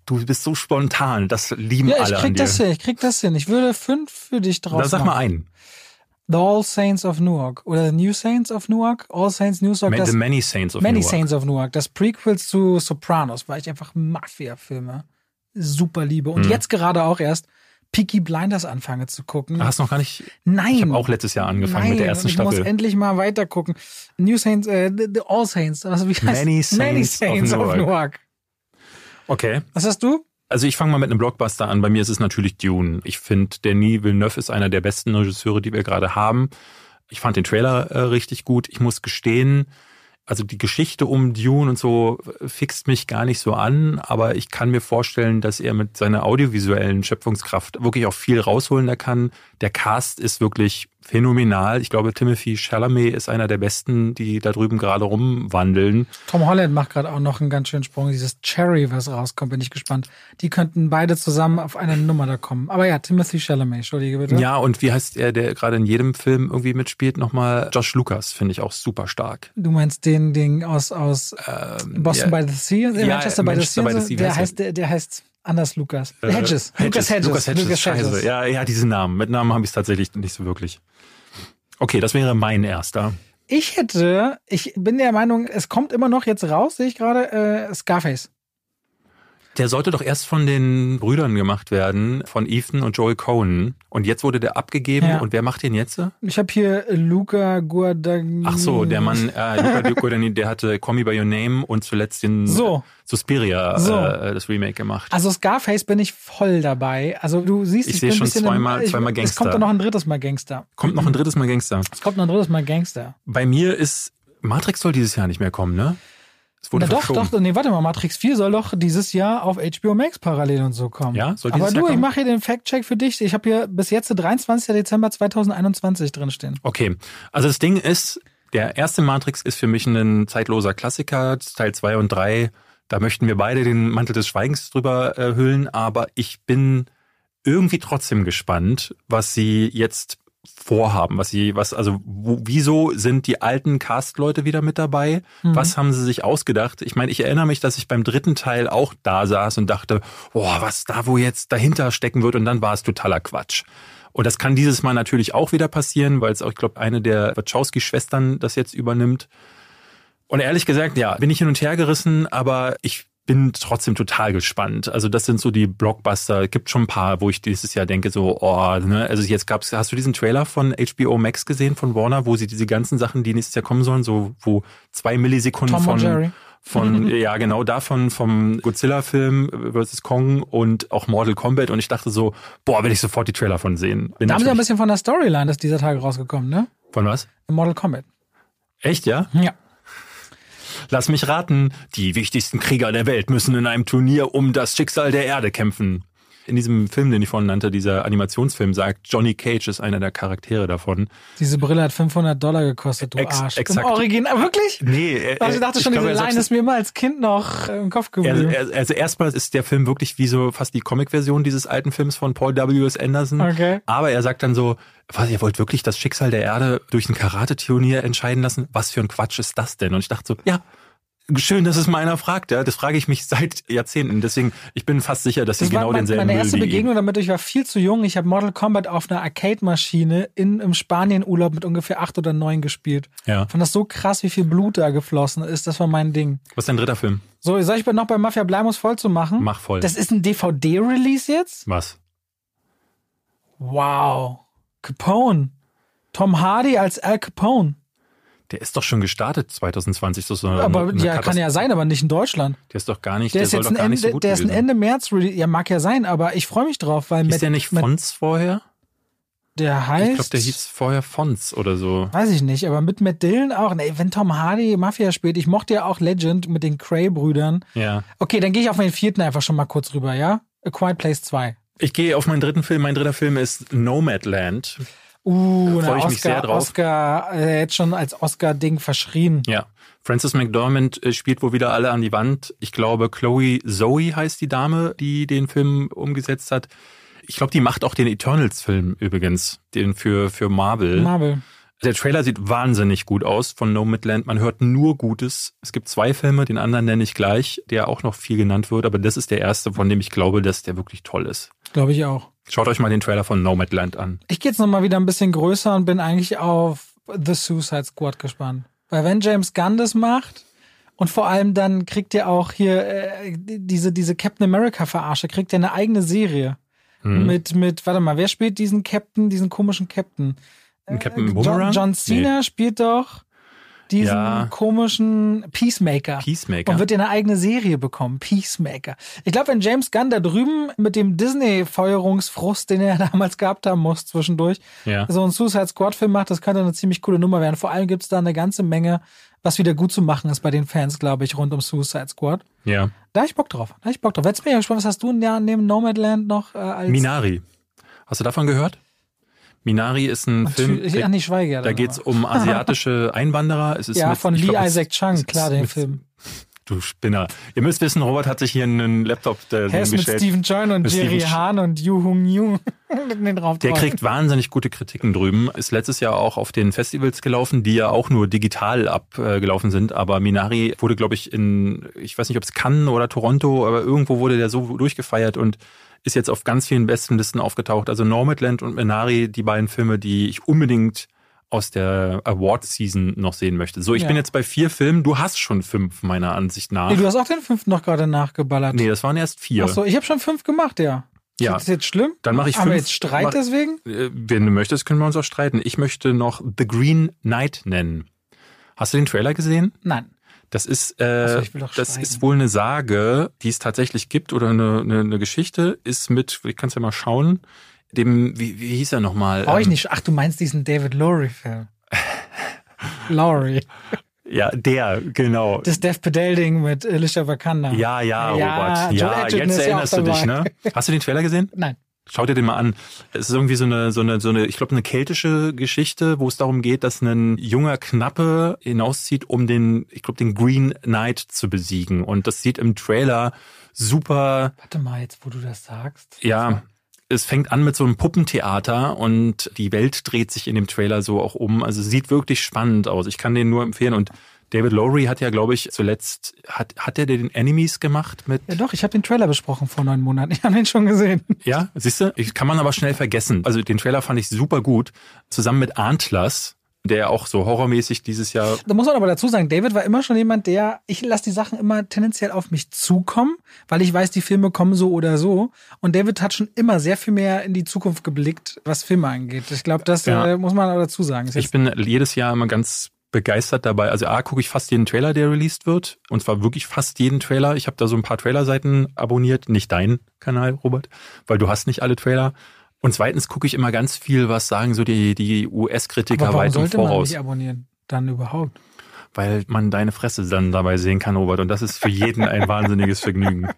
so spontan. Das lieben alle an dir. Ja, ich krieg das hin. Ich würde 5 für dich draus machen. Sag mal einen. The All Saints of Newark oder The New Saints of Newark. All Saints Newark. The Many Saints of Many Newark. Saints of Newark. Das Prequel zu Sopranos, weil ich einfach Mafia-Filme super liebe. Und jetzt gerade auch erst Peaky Blinders anfange zu gucken. Hast du noch gar nicht? Nein. Ich habe auch letztes Jahr angefangen mit der ersten Staffel. Ich muss endlich mal weiter gucken. New Saints, the All Saints, also wie heißt Many Saints of Newark. Okay. Was hast du? Also ich fange mal mit einem Blockbuster an. Bei mir ist es natürlich Dune. Ich finde, Denis Villeneuve ist einer der besten Regisseure, die wir gerade haben. Ich fand den Trailer richtig gut. Ich muss gestehen, also die Geschichte um Dune und so fixt mich gar nicht so an, aber ich kann mir vorstellen, dass er mit seiner audiovisuellen Schöpfungskraft wirklich auch viel rausholen kann. Der Cast ist wirklich phänomenal. Ich glaube, Timothée Chalamet ist einer der Besten, die da drüben gerade rumwandeln. Tom Holland macht gerade auch noch einen ganz schönen Sprung. Dieses Cherry, was rauskommt, bin ich gespannt. Die könnten beide zusammen auf eine Nummer da kommen. Aber ja, Timothée Chalamet, entschuldige bitte. Ja, und wie heißt er, der gerade in jedem Film irgendwie mitspielt? Nochmal Josh Lucas, finde ich auch super stark. Du meinst den Ding aus Boston by the Sea? Manchester by the Sea? Der heißt anders Lucas. Hedges. Lucas Hedges. Scheiße. Ja, diese Namen. Mit Namen habe ich es tatsächlich nicht so wirklich. Okay, das wäre mein erster. Ich bin der Meinung, es kommt immer noch jetzt raus, sehe ich gerade, Scarface. Der sollte doch erst von den Brüdern gemacht werden, von Ethan und Joel Coen. Und jetzt wurde der abgegeben. Ja. Und wer macht den jetzt? Ich habe hier Luca Guadagnini. Ach so, der Mann, Luca Guadagnini, der hatte Call Me By Your Name und zuletzt den Suspiria, das Remake gemacht. Also Scarface bin ich voll dabei. Also du siehst, ich sehe schon zweimal Gangster. Es kommt doch noch ein drittes Mal Gangster. Es kommt noch ein drittes Mal Gangster. Bei mir ist, Matrix soll dieses Jahr nicht mehr kommen, ne? Warte mal, Matrix 4 soll doch dieses Jahr auf HBO Max parallel und so kommen. Ja, soll dieses Jahr kommen? Ich mache hier den Fact-Check für dich. Ich habe hier bis jetzt 23. Dezember 2021 drinstehen. Okay, also das Ding ist, der erste Matrix ist für mich ein zeitloser Klassiker, Teil 2 und 3. Da möchten wir beide den Mantel des Schweigens drüber hüllen, aber ich bin irgendwie trotzdem gespannt, was sie jetzt vorhaben, wieso sind die alten Cast-Leute wieder mit dabei? Was haben sie sich ausgedacht? Ich meine, ich erinnere mich, dass ich beim dritten Teil auch da saß und dachte, was da wo jetzt dahinter stecken wird, und dann war es totaler Quatsch. Und das kann dieses Mal natürlich auch wieder passieren, weil es auch, ich glaube, eine der Wachowski-Schwestern das jetzt übernimmt. Und ehrlich gesagt, ja, bin ich hin und her gerissen, aber ich bin trotzdem total gespannt. Also das sind so die Blockbuster. Gibt schon ein paar, wo ich dieses Jahr denke also jetzt hast du diesen Trailer von HBO Max gesehen von Warner, wo sie diese ganzen Sachen, die nächstes Jahr kommen sollen, so wo 2 Millisekunden vom Godzilla-Film vs. Kong und auch Mortal Kombat, und ich dachte so, will ich sofort die Trailer von sehen. Da haben sie ein bisschen von der Storyline, das ist dieser Tage rausgekommen, ne? Von was? Mortal Kombat. Echt, ja? Ja. Lass mich raten, die wichtigsten Krieger der Welt müssen in einem Turnier um das Schicksal der Erde kämpfen. In diesem Film, den ich vorhin nannte, dieser Animationsfilm, sagt Johnny Cage ist einer der Charaktere davon. Diese Brille hat $500 gekostet, du Arsch. Exakt. Im Original, wirklich? Nee. Ich dachte schon, diese Line ist mir immer als Kind noch im Kopf geblieben. Also erstmal ist der Film wirklich wie so fast die Comic-Version dieses alten Films von Paul W.S. Anderson. Okay. Aber er sagt dann so, ihr wollt wirklich das Schicksal der Erde durch ein Karate-Turnier entscheiden lassen? Was für ein Quatsch ist das denn? Und ich dachte so, ja, schön, dass es mal einer fragt. Ja, das frage ich mich seit Jahrzehnten. Deswegen, ich bin fast sicher, dass sie genau denselben Meine erste Müll wie Begegnung damit, ich war viel zu jung. Ich habe Mortal Kombat auf einer Arcade-Maschine im Spanien-Urlaub mit ungefähr 8 oder 9 gespielt. Ja. Ich fand das so krass, wie viel Blut da geflossen ist. Das war mein Ding. Was ist dein dritter Film? So, soll ich noch bei Mafia bleiben, um es voll zu machen? Mach voll. Das ist ein DVD-Release jetzt? Was? Wow. Capone. Tom Hardy als Al Capone. Der ist doch schon gestartet 2020. Aber ja, kann ja sein, aber nicht in Deutschland. Der ist doch gar nicht, der soll doch gar nicht so gut gewesen. Der ist ein Ende März, ja, mag ja sein, aber ich freue mich drauf, weil ist der nicht Fonz vorher? Der heißt... Ich glaube, der hieß vorher Fonz oder so. Weiß ich nicht, aber mit Matt Dillon auch. Nee, wenn Tom Hardy Mafia spielt, ich mochte ja auch Legend mit den Cray-Brüdern. Ja. Okay, dann gehe ich auf meinen vierten einfach schon mal kurz rüber, ja? A Quiet Place 2. Ich gehe auf meinen dritten Film. Mein dritter Film ist Nomadland. Freue ich mich sehr drauf. Oscar, jetzt schon als Oscar-Ding verschrien. Ja. Frances McDormand spielt wohl wieder alle an die Wand. Ich glaube, Chloe Zoe heißt die Dame, die den Film umgesetzt hat. Ich glaube, die macht auch den Eternals-Film übrigens, den für Marvel. Der Trailer sieht wahnsinnig gut aus von Nomadland. Man hört nur Gutes. Es gibt 2 Filme, den anderen nenne ich gleich, der auch noch viel genannt wird. Aber das ist der erste, von dem ich glaube, dass der wirklich toll ist. Glaube ich auch. Schaut euch mal den Trailer von Nomadland an. Ich gehe jetzt nochmal wieder ein bisschen größer und bin eigentlich auf The Suicide Squad gespannt. Weil wenn James Gunn das macht und vor allem dann kriegt er auch hier diese Captain America Verarsche, kriegt er eine eigene Serie. Mit, warte mal, wer spielt diesen komischen Captain? Captain Boomerang? John Cena spielt doch diesen komischen Peacemaker. Und wird ja eine eigene Serie bekommen. Peacemaker. Ich glaube, wenn James Gunn da drüben mit dem Disney-Feuerungsfrust, den er damals gehabt haben muss zwischendurch, so einen Suicide Squad-Film macht, das könnte eine ziemlich coole Nummer werden. Vor allem gibt es da eine ganze Menge, was wieder gut zu machen ist bei den Fans, glaube ich, rund um Suicide Squad. Ja. Da hab ich Bock drauf. Jetzt bin ich gespannt, was hast du neben Nomadland noch als... Minari. Hast du davon gehört? Minari ist ein Film, da geht es um asiatische Einwanderer. Es ist von Lee Isaac Chung, klar, den Film. Du Spinner. Ihr müsst wissen, Robert hat sich hier einen Laptop bestellt. Mit Stephen Chow und Jerry Hahn und Yu Hung Yu. Der kriegt wahnsinnig gute Kritiken drüben. Ist letztes Jahr auch auf den Festivals gelaufen, die ja auch nur digital abgelaufen sind. Aber Minari wurde, glaube ich, ich weiß nicht, ob es Cannes oder Toronto, aber irgendwo wurde der so durchgefeiert und ist jetzt auf ganz vielen Bestenlisten aufgetaucht. Also Nomadland und Minari, die beiden Filme, die ich unbedingt aus der Award-Season noch sehen möchte. So, ich bin jetzt bei 4 Filmen. Du hast schon 5, meiner Ansicht nach. Nee, du hast auch den 5. noch gerade nachgeballert. Nee, das waren erst 4. Ach so, ich habe schon 5 gemacht, ja. Ja. Ist das jetzt schlimm? Dann mache ich 5. Haben wir jetzt Streit deswegen? Wenn du möchtest, können wir uns auch streiten. Ich möchte noch The Green Knight nennen. Hast du den Trailer gesehen? Nein. Das ist ist wohl eine Sage, die es tatsächlich gibt oder eine Geschichte. Ist mit, ich kann es ja mal schauen, wie hieß er nochmal? Brauche ich nicht. Ach, du meinst diesen David Lowry-Film. Lowry. Ja, genau. Das Death Pedal-Ding mit Alicia Vikander. Ja, Robert. Ja, jetzt erinnerst du dich, ne? Hast du den Trailer gesehen? Nein. Schau dir den mal an. Es ist irgendwie so eine, ich glaube, eine keltische Geschichte, wo es darum geht, dass ein junger Knappe hinauszieht, um den Green Knight zu besiegen. Und das sieht im Trailer super. Warte mal, jetzt, wo du das sagst. Ja. Es fängt an mit so einem Puppentheater und die Welt dreht sich in dem Trailer so auch um. Also sieht wirklich spannend aus. Ich kann den nur empfehlen. Und David Lowry hat ja, glaube ich, zuletzt, hat er den Enemies gemacht mit? Ja doch, ich habe den Trailer besprochen vor 9 Monaten. Ich habe den schon gesehen. Ja, siehst du? Kann man aber schnell vergessen. Also den Trailer fand ich super gut. Zusammen mit Antlers, der auch so horrormäßig dieses Jahr... Da muss man aber dazu sagen, David war immer schon jemand, ich lasse die Sachen immer tendenziell auf mich zukommen, weil ich weiß, die Filme kommen so oder so. Und David hat schon immer sehr viel mehr in die Zukunft geblickt, was Filme angeht. Ich glaube, das muss man aber dazu sagen. Ich bin jedes Jahr immer ganz begeistert dabei. Also gucke ich fast jeden Trailer, der released wird. Und zwar wirklich fast jeden Trailer. Ich habe da so ein paar Trailerseiten abonniert. Nicht deinen Kanal, Robert, weil du hast nicht alle Trailer. Und zweitens gucke ich immer ganz viel, was sagen so die US-Kritiker weit im Voraus. Warum sollte man nicht abonnieren? Dann überhaupt? Weil man deine Fresse dann dabei sehen kann, Robert. Und das ist für jeden ein wahnsinniges Vergnügen.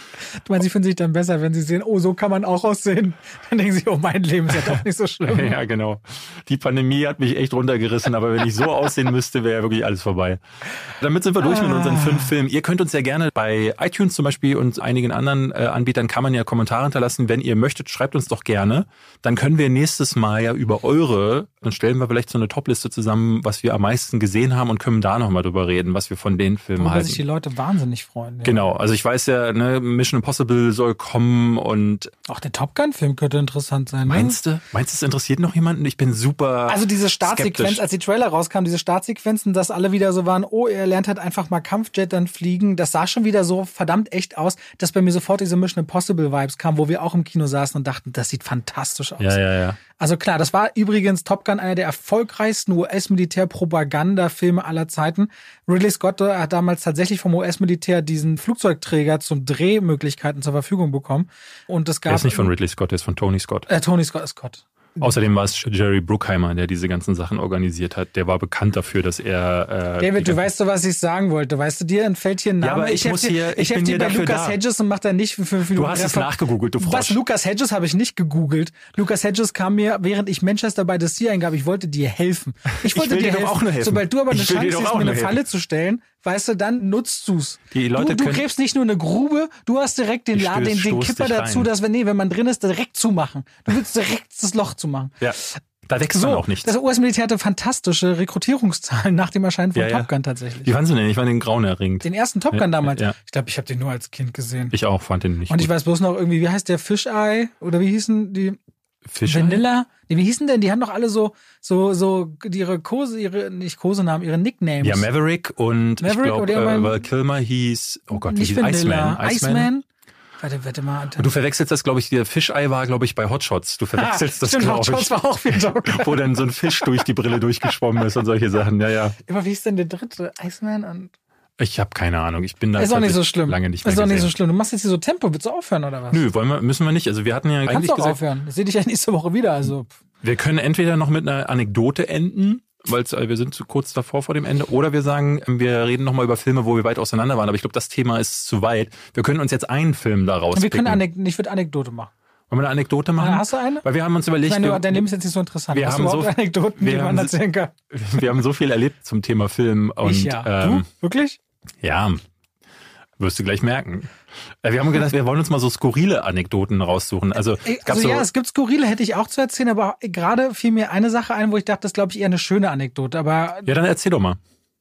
Du meinst, sie finden sich dann besser, wenn sie sehen, oh, so kann man auch aussehen. Dann denken sie, oh, mein Leben ist ja doch nicht so schlimm. Ja, genau. Die Pandemie hat mich echt runtergerissen, aber wenn ich so aussehen müsste, wäre ja wirklich alles vorbei. Damit sind wir durch mit unseren 5 Filmen. Ihr könnt uns ja gerne bei iTunes zum Beispiel und einigen anderen Anbietern kann man ja Kommentare hinterlassen. Wenn ihr möchtet, schreibt uns doch gerne. Dann können wir nächstes Mal ja über dann stellen wir vielleicht so eine Topliste zusammen, was wir am meisten gesehen haben und können da nochmal drüber reden, was wir von den Filmen halten. Worüber sich die Leute wahnsinnig freuen. Ja. Genau, also ich weiß ja, Mission Impossible soll kommen und... Auch der Top Gun-Film könnte interessant sein, ne? Meinst du, es interessiert noch jemanden? Ich bin super Also diese Startsequenz, skeptisch. als die Trailer rauskamen, diese Startsequenzen, dass alle wieder so waren, oh, er lernt halt einfach mal Kampfjet dann fliegen. Das sah schon wieder so verdammt echt aus, dass bei mir sofort diese Mission Impossible-Vibes kamen, wo wir auch im Kino saßen und dachten, das sieht fantastisch aus. Ja. Also klar, das war übrigens Top Gun, einer der erfolgreichsten US-Militär-Propaganda-Filme aller Zeiten. Ridley Scott hat damals tatsächlich vom US-Militär diesen Flugzeugträger zum Drehmöglichkeiten zur Verfügung bekommen. Und es gab... Der ist nicht von Ridley Scott, der ist von Tony Scott. Tony Scott. Außerdem war es Jerry Bruckheimer, der diese ganzen Sachen organisiert hat. Der war bekannt dafür, dass er... David, du weißt doch, was ich sagen wollte. Weißt du, dir entfällt hier ein Name. Ja, aber ich bin hier bei dafür Lucas da. Hedges und macht da nicht für 5 Minuten. Du hast es nachgegoogelt, du Frosch. Was, Lucas Hedges habe ich nicht gegoogelt. Lucas Hedges kam mir, während ich Manchester by the Sea eingab, ich wollte dir helfen. Ich wollte dir helfen. Auch nur helfen. Sobald du aber eine Chance hast, mir eine Falle zu stellen, weißt du, dann nutzt du's. Du gräbst nicht nur eine Grube, du hast direkt den Kipper dazu, dass wenn man drin ist, direkt zumachen. Du willst direkt das Loch zumachen. Ja. Da wächst dann auch nichts. Das US-Militär hatte fantastische Rekrutierungszahlen nach dem Erscheinen von Top Gun tatsächlich. Wie fanden Sie denn? Ich fand den grauenerregend. Den ersten Top Gun damals? Ja. Ich glaube, ich habe den nur als Kind gesehen. Ich auch, fand den nicht Und gut. ich weiß bloß noch irgendwie, wie heißt der Fisheye? Oder wie hießen die? Fisheye? Vanilla? Nee, wie hießen denn? Die haben doch alle so ihre Nicknames. Ja, Maverick und ich glaube, Val Kilmer hieß, oh Gott, wie hieß Iceman? Warte mal. Und du verwechselst das, glaube ich, der Fisheye war, glaube ich, bei Hot Shots. Du verwechselst das, glaube ich. Hot Shots war auch wieder wo dann so ein Fisch durch die Brille durchgeschwommen ist und solche Sachen, ja. Aber wie ist denn der dritte? Iceman und... Ich habe keine Ahnung. Ich bin da ist auch nicht so schlimm. Lange nicht mehr Ist auch nicht gesehen. so schlimm. Du machst jetzt hier so Tempo. Willst du aufhören oder was? Nö, müssen wir nicht. Also wir hatten ja eigentlich gesagt... Kannst du aufhören. Ich sehe dich ja nächste Woche wieder. Also wir können entweder noch mit einer Anekdote enden, weil wir sind zu kurz davor vor dem Ende, oder wir sagen, wir reden nochmal über Filme, wo wir weit auseinander waren. Aber ich glaube, das Thema ist zu weit. Wir können uns jetzt einen Film daraus picken. Ich würde Anekdote machen. Wollen wir eine Anekdote machen? Hast du eine? Weil wir haben uns überlegt... Dein Leben ist jetzt nicht so interessant. Hast du überhaupt Anekdoten, die man erzählen kann? Wir haben so viel erlebt zum Thema Film. Und, Du? Wirklich? Ja, wirst du gleich merken. Wir haben gedacht, wir wollen uns mal so skurrile Anekdoten raussuchen. Also es gibt skurrile, hätte ich auch zu erzählen, aber gerade fiel mir eine Sache ein, wo ich dachte, das ist, glaube ich, eher eine schöne Anekdote. Aber ja, dann erzähl doch mal.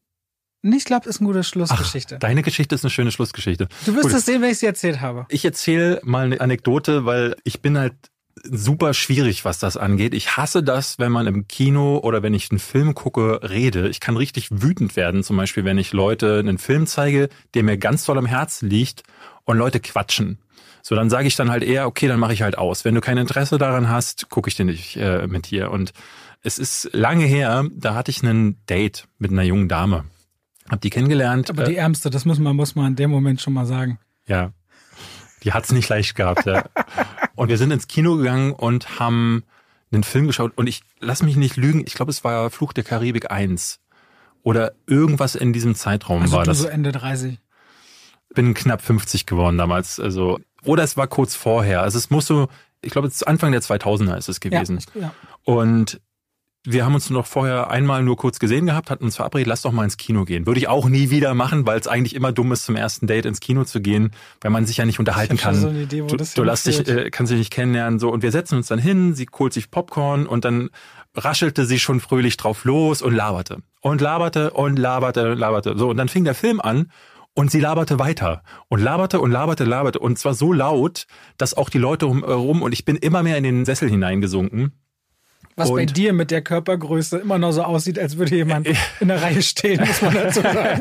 Ich glaube, das ist eine gute Schlussgeschichte. Ach, deine Geschichte ist eine schöne Schlussgeschichte. Du wirst es sehen, wenn ich sie erzählt habe. Ich erzähle mal eine Anekdote, weil ich bin halt super schwierig, was das angeht. Ich hasse das, wenn man im Kino oder wenn ich einen Film gucke, rede. Ich kann richtig wütend werden, zum Beispiel, wenn ich Leute einen Film zeige, der mir ganz doll am Herzen liegt und Leute quatschen. So, dann sage ich dann halt eher, okay, dann mache ich halt aus. Wenn du kein Interesse daran hast, gucke ich den nicht mit dir. Und es ist lange her, da hatte ich einen Date mit einer jungen Dame. Hab die kennengelernt. Aber die Ärmste, das muss man in dem Moment schon mal sagen. Ja, die hat's nicht leicht gehabt. Ja. Und wir sind ins Kino gegangen und haben einen Film geschaut. Und ich lass mich nicht lügen, ich glaube, es war Fluch der Karibik 1. Oder irgendwas in diesem Zeitraum also war das. So Ende 30. Bin knapp 50 geworden damals. Also, oder es war kurz vorher. Also es muss so, ich glaube, Anfang der 2000er ist es gewesen. Ja. Und wir haben uns noch vorher einmal nur kurz gesehen gehabt, hatten uns verabredet, lass doch mal ins Kino gehen. Würde ich auch nie wieder machen, weil es eigentlich immer dumm ist, zum ersten Date ins Kino zu gehen, weil man sich ja nicht unterhalten kann. So eine Idee, wo das kannst dich nicht kennenlernen. So. Und wir setzen uns dann hin, sie holt sich Popcorn und dann raschelte sie schon fröhlich drauf los und laberte. Und laberte und laberte und laberte. So, und dann fing der Film an. Und sie laberte weiter und laberte und laberte, laberte. Und zwar so laut, dass auch die Leute rum und ich bin immer mehr in den Sessel hineingesunken. Was bei dir mit der Körpergröße immer noch so aussieht, als würde jemand in der Reihe stehen, muss man dazu sagen.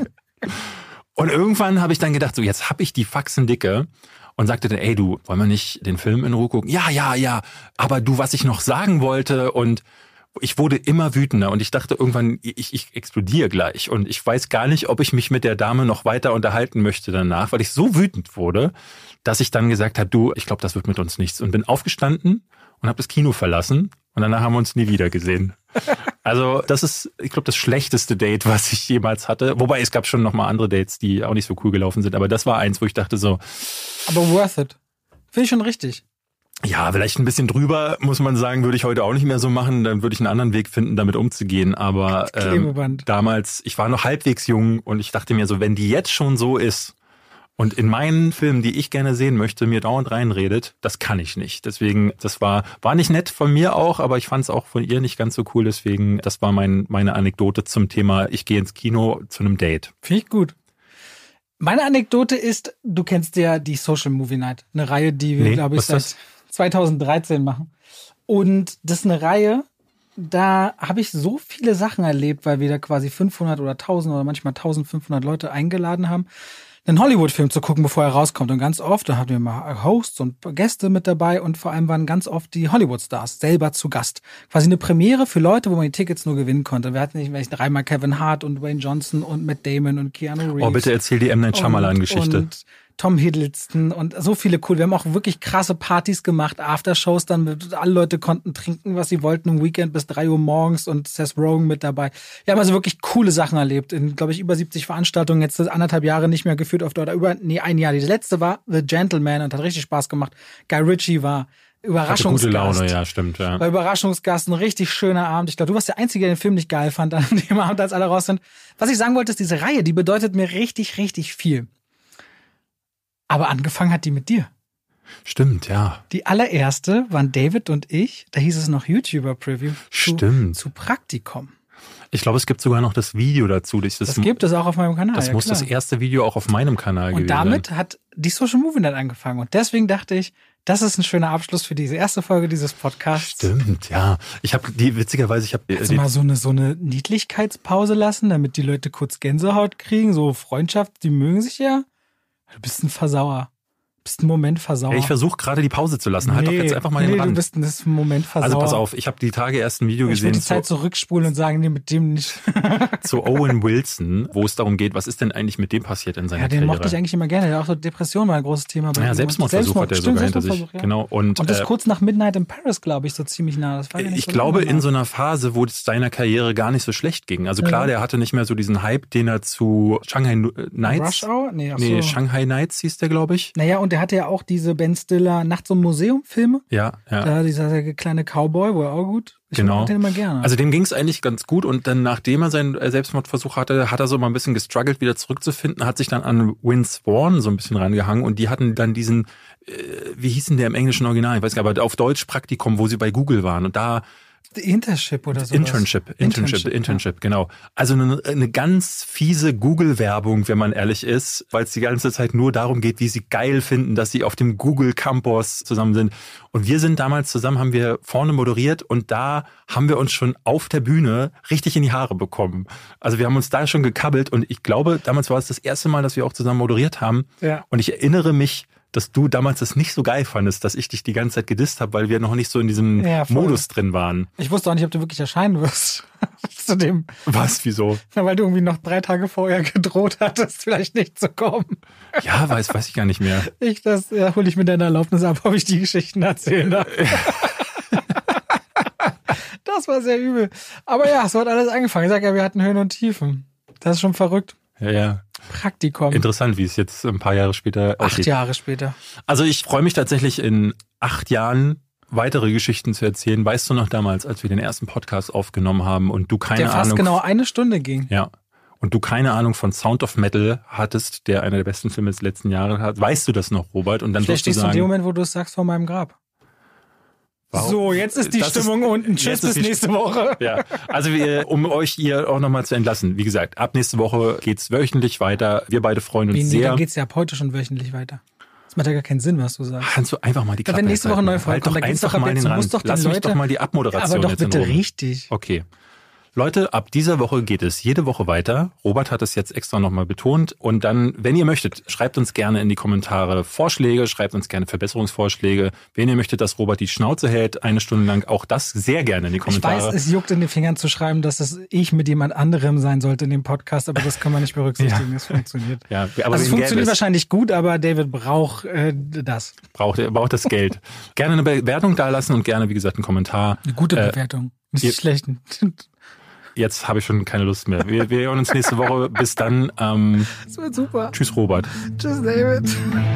Und irgendwann habe ich dann gedacht, so jetzt habe ich die Faxen dicke und sagte dann, ey du, wollen wir nicht den Film in Ruhe gucken? Ja, aber du, was ich noch sagen wollte und ich wurde immer wütender und ich dachte irgendwann, ich explodiere gleich und ich weiß gar nicht, ob ich mich mit der Dame noch weiter unterhalten möchte danach, weil ich so wütend wurde, dass ich dann gesagt habe, du, ich glaube, das wird mit uns nichts und bin aufgestanden und habe das Kino verlassen und danach haben wir uns nie wieder gesehen. Also das ist, ich glaube, das schlechteste Date, was ich jemals hatte. Wobei es gab schon noch mal andere Dates, die auch nicht so cool gelaufen sind, aber das war eins, wo ich dachte so. Aber worth it. Finde ich schon richtig. Ja, vielleicht ein bisschen drüber, muss man sagen, würde ich heute auch nicht mehr so machen. Dann würde ich einen anderen Weg finden, damit umzugehen. Aber damals, ich war noch halbwegs jung und ich dachte mir so, wenn die jetzt schon so ist und in meinen Filmen, die ich gerne sehen möchte, mir dauernd reinredet, das kann ich nicht. Deswegen, das war nicht nett von mir auch, aber ich fand es auch von ihr nicht ganz so cool. Deswegen, das war meine Anekdote zum Thema, ich gehe ins Kino zu einem Date. Finde ich gut. Meine Anekdote ist, du kennst ja die Social Movie Night, eine Reihe, die wir, glaube ich, seit 2013 machen. Und das ist eine Reihe, da habe ich so viele Sachen erlebt, weil wir da quasi 500 oder 1000 oder manchmal 1500 Leute eingeladen haben, einen Hollywood-Film zu gucken, bevor er rauskommt. Und ganz oft, da hatten wir mal Hosts und Gäste mit dabei und vor allem waren ganz oft die Hollywood-Stars selber zu Gast. Quasi eine Premiere für Leute, wo man die Tickets nur gewinnen konnte. Wir hatten nicht dreimal Kevin Hart und Dwayne Johnson und Matt Damon und Keanu Reeves. Oh, bitte erzähl die M. Night Shyamalan-Geschichte. Und Tom Hiddleston und so viele cool. Wir haben auch wirklich krasse Partys gemacht, Aftershows dann, alle Leute konnten trinken, was sie wollten im Weekend bis 3 Uhr morgens und Seth Rogen mit dabei. Wir haben also wirklich coole Sachen erlebt in, glaube ich, über 70 Veranstaltungen, jetzt 1,5 Jahre nicht mehr geführt oder ein Jahr. Die letzte war The Gentleman und hat richtig Spaß gemacht. Guy Ritchie war Überraschungsgast. Hatte gute Laune, ja, stimmt, ja. War Überraschungsgast, ein richtig schöner Abend. Ich glaube, du warst der Einzige, der den Film nicht geil fand an dem Abend, als alle raus sind. Was ich sagen wollte, ist, diese Reihe, die bedeutet mir richtig, richtig viel. Aber angefangen hat die mit dir. Stimmt, ja. Die allererste waren David und ich, da hieß es noch YouTuber-Preview. Zu Praktikum. Ich glaube, es gibt sogar noch das Video dazu. Das gibt es auch auf meinem Kanal. Das muss das erste Video auch auf meinem Kanal gewesen sein. Und damit hat die Social Movie Night angefangen. Und deswegen dachte ich, das ist ein schöner Abschluss für diese erste Folge dieses Podcasts. Stimmt, ja. Ich habe Kannst du mal so eine Niedlichkeitspause lassen, damit die Leute kurz Gänsehaut kriegen? So Freundschaft, die mögen sich ja. Du bist ein Versauer. Du bist ein Momentversauer. Ich versuche gerade die Pause zu lassen. Halt doch jetzt einfach mal den Rand. Du bist ein Momentversauer. Also pass auf, ich habe die Tage erst ein Video gesehen. Ich will die Zeit zurückspulen und sagen, nee, mit dem nicht. Zu Owen Wilson, wo es darum geht, was ist denn eigentlich mit dem passiert in seiner Karriere. Ja, den mochte ich eigentlich immer gerne. Der auch so Depression war ein großes Thema. Ja, Selbstmordversuch hat er sogar hinter sich. Ja. Genau. Und das kurz nach Midnight in Paris, glaube ich, so ziemlich nah. Das war ja nicht ich glaube, in so einer Phase, wo es seiner Karriere gar nicht so schlecht ging. Also klar, der hatte nicht mehr so diesen Hype, den er zu Shanghai Nights. Rush Hour? Nee, Shanghai Nights hieß der, glaube ich. Naja, und der hatte ja auch diese Ben Stiller Nachts im Museum Filme. Ja. Da dieser kleine Cowboy, wo er auch gut. Ich genau. mag den immer gerne. Also dem ging es eigentlich ganz gut und dann, nachdem er seinen Selbstmordversuch hatte, hat er so mal ein bisschen gestruggelt, wieder zurückzufinden, hat sich dann an Vince Vaughn so ein bisschen rangehangen und die hatten dann diesen, wie hieß denn der im englischen Original? Ich weiß gar nicht, aber auf Deutsch Praktikum, wo sie bei Google waren und da Internship oder so. Internship, genau. Also eine ganz fiese Google-Werbung, wenn man ehrlich ist, weil es die ganze Zeit nur darum geht, wie sie geil finden, dass sie auf dem Google Campus zusammen sind. Und wir sind damals zusammen, haben wir vorne moderiert und da haben wir uns schon auf der Bühne richtig in die Haare bekommen. Also wir haben uns da schon gekabbelt und ich glaube, damals war es das erste Mal, dass wir auch zusammen moderiert haben. Ja. Und ich erinnere mich, dass du damals das nicht so geil fandest, dass ich dich die ganze Zeit gedisst habe, weil wir noch nicht so in diesem Modus drin waren. Ich wusste auch nicht, ob du wirklich erscheinen wirst. Zu dem. Was? Wieso? Na, weil du irgendwie noch 3 Tage vorher gedroht hattest, vielleicht nicht zu kommen. Ja, weiß ich gar nicht mehr. Hole ich mit deiner Erlaubnis ab, ob ich die Geschichten erzählen darf. Das war sehr übel. Aber ja, so hat alles angefangen. Ich sag ja, wir hatten Höhen und Tiefen. Das ist schon verrückt. Ja. Praktikum. Interessant, wie es jetzt ein paar Jahre später aussieht. 8 Jahre später. Also ich freue mich tatsächlich in 8 Jahren weitere Geschichten zu erzählen. Weißt du noch damals, als wir den ersten Podcast aufgenommen haben und du keine Ahnung... Der fast genau 1 Stunde ging. Ja. Und du keine Ahnung von Sound of Metal hattest, der einer der besten Filme des letzten Jahres hat. Weißt du das noch, Robert? Und dann vielleicht stehst du in dem Moment, wo du es sagst, vor meinem Grab. Warum? So, jetzt ist die Stimmung unten. Tschüss, bis nächste Woche. Ja, also um euch hier auch nochmal zu entlassen. Wie gesagt, ab nächste Woche geht's wöchentlich weiter. Wir beide freuen uns sehr. Dann geht's ja ab heute schon wöchentlich weiter. Das macht ja gar keinen Sinn, was du sagst. Kannst du einfach mal die Klappe wenn nächste Woche neu halt doch einfach mal den Rand. Lass mich doch mal die Abmoderation aber doch bitte richtig. Okay. Leute, ab dieser Woche geht es jede Woche weiter. Robert hat es jetzt extra nochmal betont. Und dann, wenn ihr möchtet, schreibt uns gerne in die Kommentare Vorschläge, schreibt uns gerne Verbesserungsvorschläge. Wenn ihr möchtet, dass Robert die Schnauze hält, 1 Stunde lang, auch das sehr gerne in die Kommentare. Ich weiß, es juckt in den Fingern zu schreiben, dass es ich mit jemand anderem sein sollte in dem Podcast, aber das kann man nicht berücksichtigen. Es funktioniert. Ja, aber also es funktioniert wahrscheinlich gut, aber David braucht das. Braucht das Geld. Gerne eine Bewertung dalassen und gerne, wie gesagt, einen Kommentar. Eine gute Bewertung. Nicht schlecht. Jetzt habe ich schon keine Lust mehr. Wir hören uns nächste Woche. Bis dann. Das wird super. Tschüss, Robert. Tschüss, David.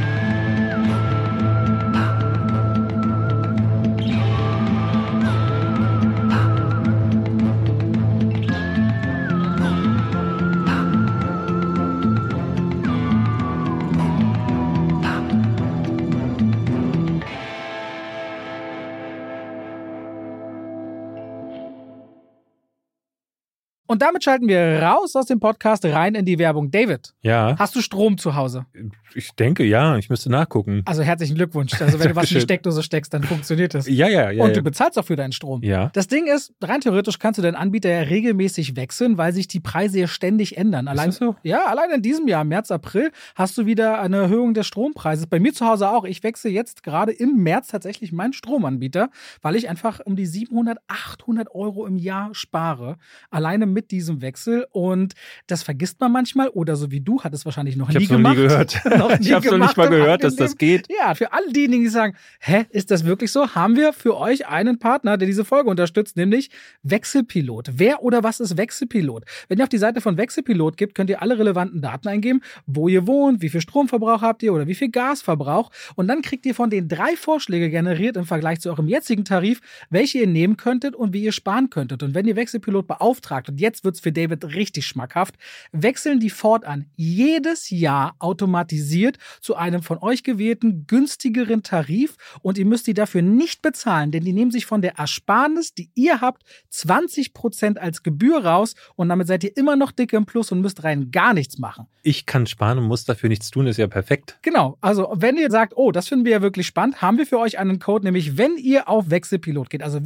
Und damit schalten wir raus aus dem Podcast rein in die Werbung. David, hast du Strom zu Hause? Ich denke, ja. Ich müsste nachgucken. Also herzlichen Glückwunsch. Also wenn du was in die Steckdose steckst, dann funktioniert das. Ja. Und du bezahlst auch für deinen Strom. Ja. Das Ding ist, rein theoretisch kannst du deinen Anbieter ja regelmäßig wechseln, weil sich die Preise ja ständig ändern. Allein, ist das so? Ja, allein in diesem Jahr, März, April, hast du wieder eine Erhöhung des Strompreises. Bei mir zu Hause auch. Ich wechsle jetzt gerade im März tatsächlich meinen Stromanbieter, weil ich einfach um die 700, 800 Euro im Jahr spare. Alleine mit diesem Wechsel. Und das vergisst man manchmal. Oder so wie du, hat es wahrscheinlich noch nie gemacht. Ich habe noch nicht mal gehört, dass das geht. Ja, für alle diejenigen, die sagen, ist das wirklich so? Haben wir für euch einen Partner, der diese Folge unterstützt, nämlich Wechselpilot. Wer oder was ist Wechselpilot? Wenn ihr auf die Seite von Wechselpilot geht, könnt ihr alle relevanten Daten eingeben, wo ihr wohnt, wie viel Stromverbrauch habt ihr oder wie viel Gasverbrauch. Und dann kriegt ihr von den 3 Vorschläge generiert im Vergleich zu eurem jetzigen Tarif, welche ihr nehmen könntet und wie ihr sparen könntet. Und wenn ihr Wechselpilot beauftragt, und jetzt wird's für David richtig schmackhaft, wechseln die fortan jedes Jahr automatisiert zu einem von euch gewählten günstigeren Tarif und ihr müsst die dafür nicht bezahlen, denn die nehmen sich von der Ersparnis, die ihr habt, 20% als Gebühr raus und damit seid ihr immer noch dick im Plus und müsst rein gar nichts machen. Ich kann sparen und muss dafür nichts tun, ist ja perfekt. Genau, also wenn ihr sagt, das finden wir ja wirklich spannend, haben wir für euch einen Code, nämlich wenn ihr auf Wechselpilot geht, also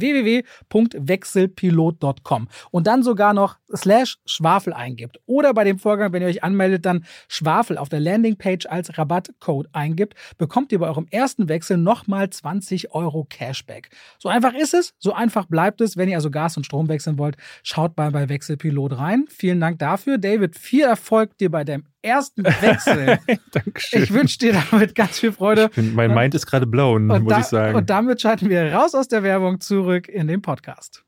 www.wechselpilot.com und dann sogar noch /Schwafel eingibt oder bei dem Vorgang, wenn ihr euch anmeldet, dann Schwafel auf der Landingpage als Rabattcode eingibt, bekommt ihr bei eurem ersten Wechsel nochmal 20 Euro Cashback. So einfach ist es, so einfach bleibt es. Wenn ihr also Gas und Strom wechseln wollt, schaut mal bei Wechselpilot rein. Vielen Dank dafür. David, viel Erfolg dir bei deinem ersten Wechsel. Dankeschön. Ich wünsche dir damit ganz viel Freude. Mein Mind ist gerade blown, muss ich sagen. Und damit schalten wir raus aus der Werbung zurück in den Podcast.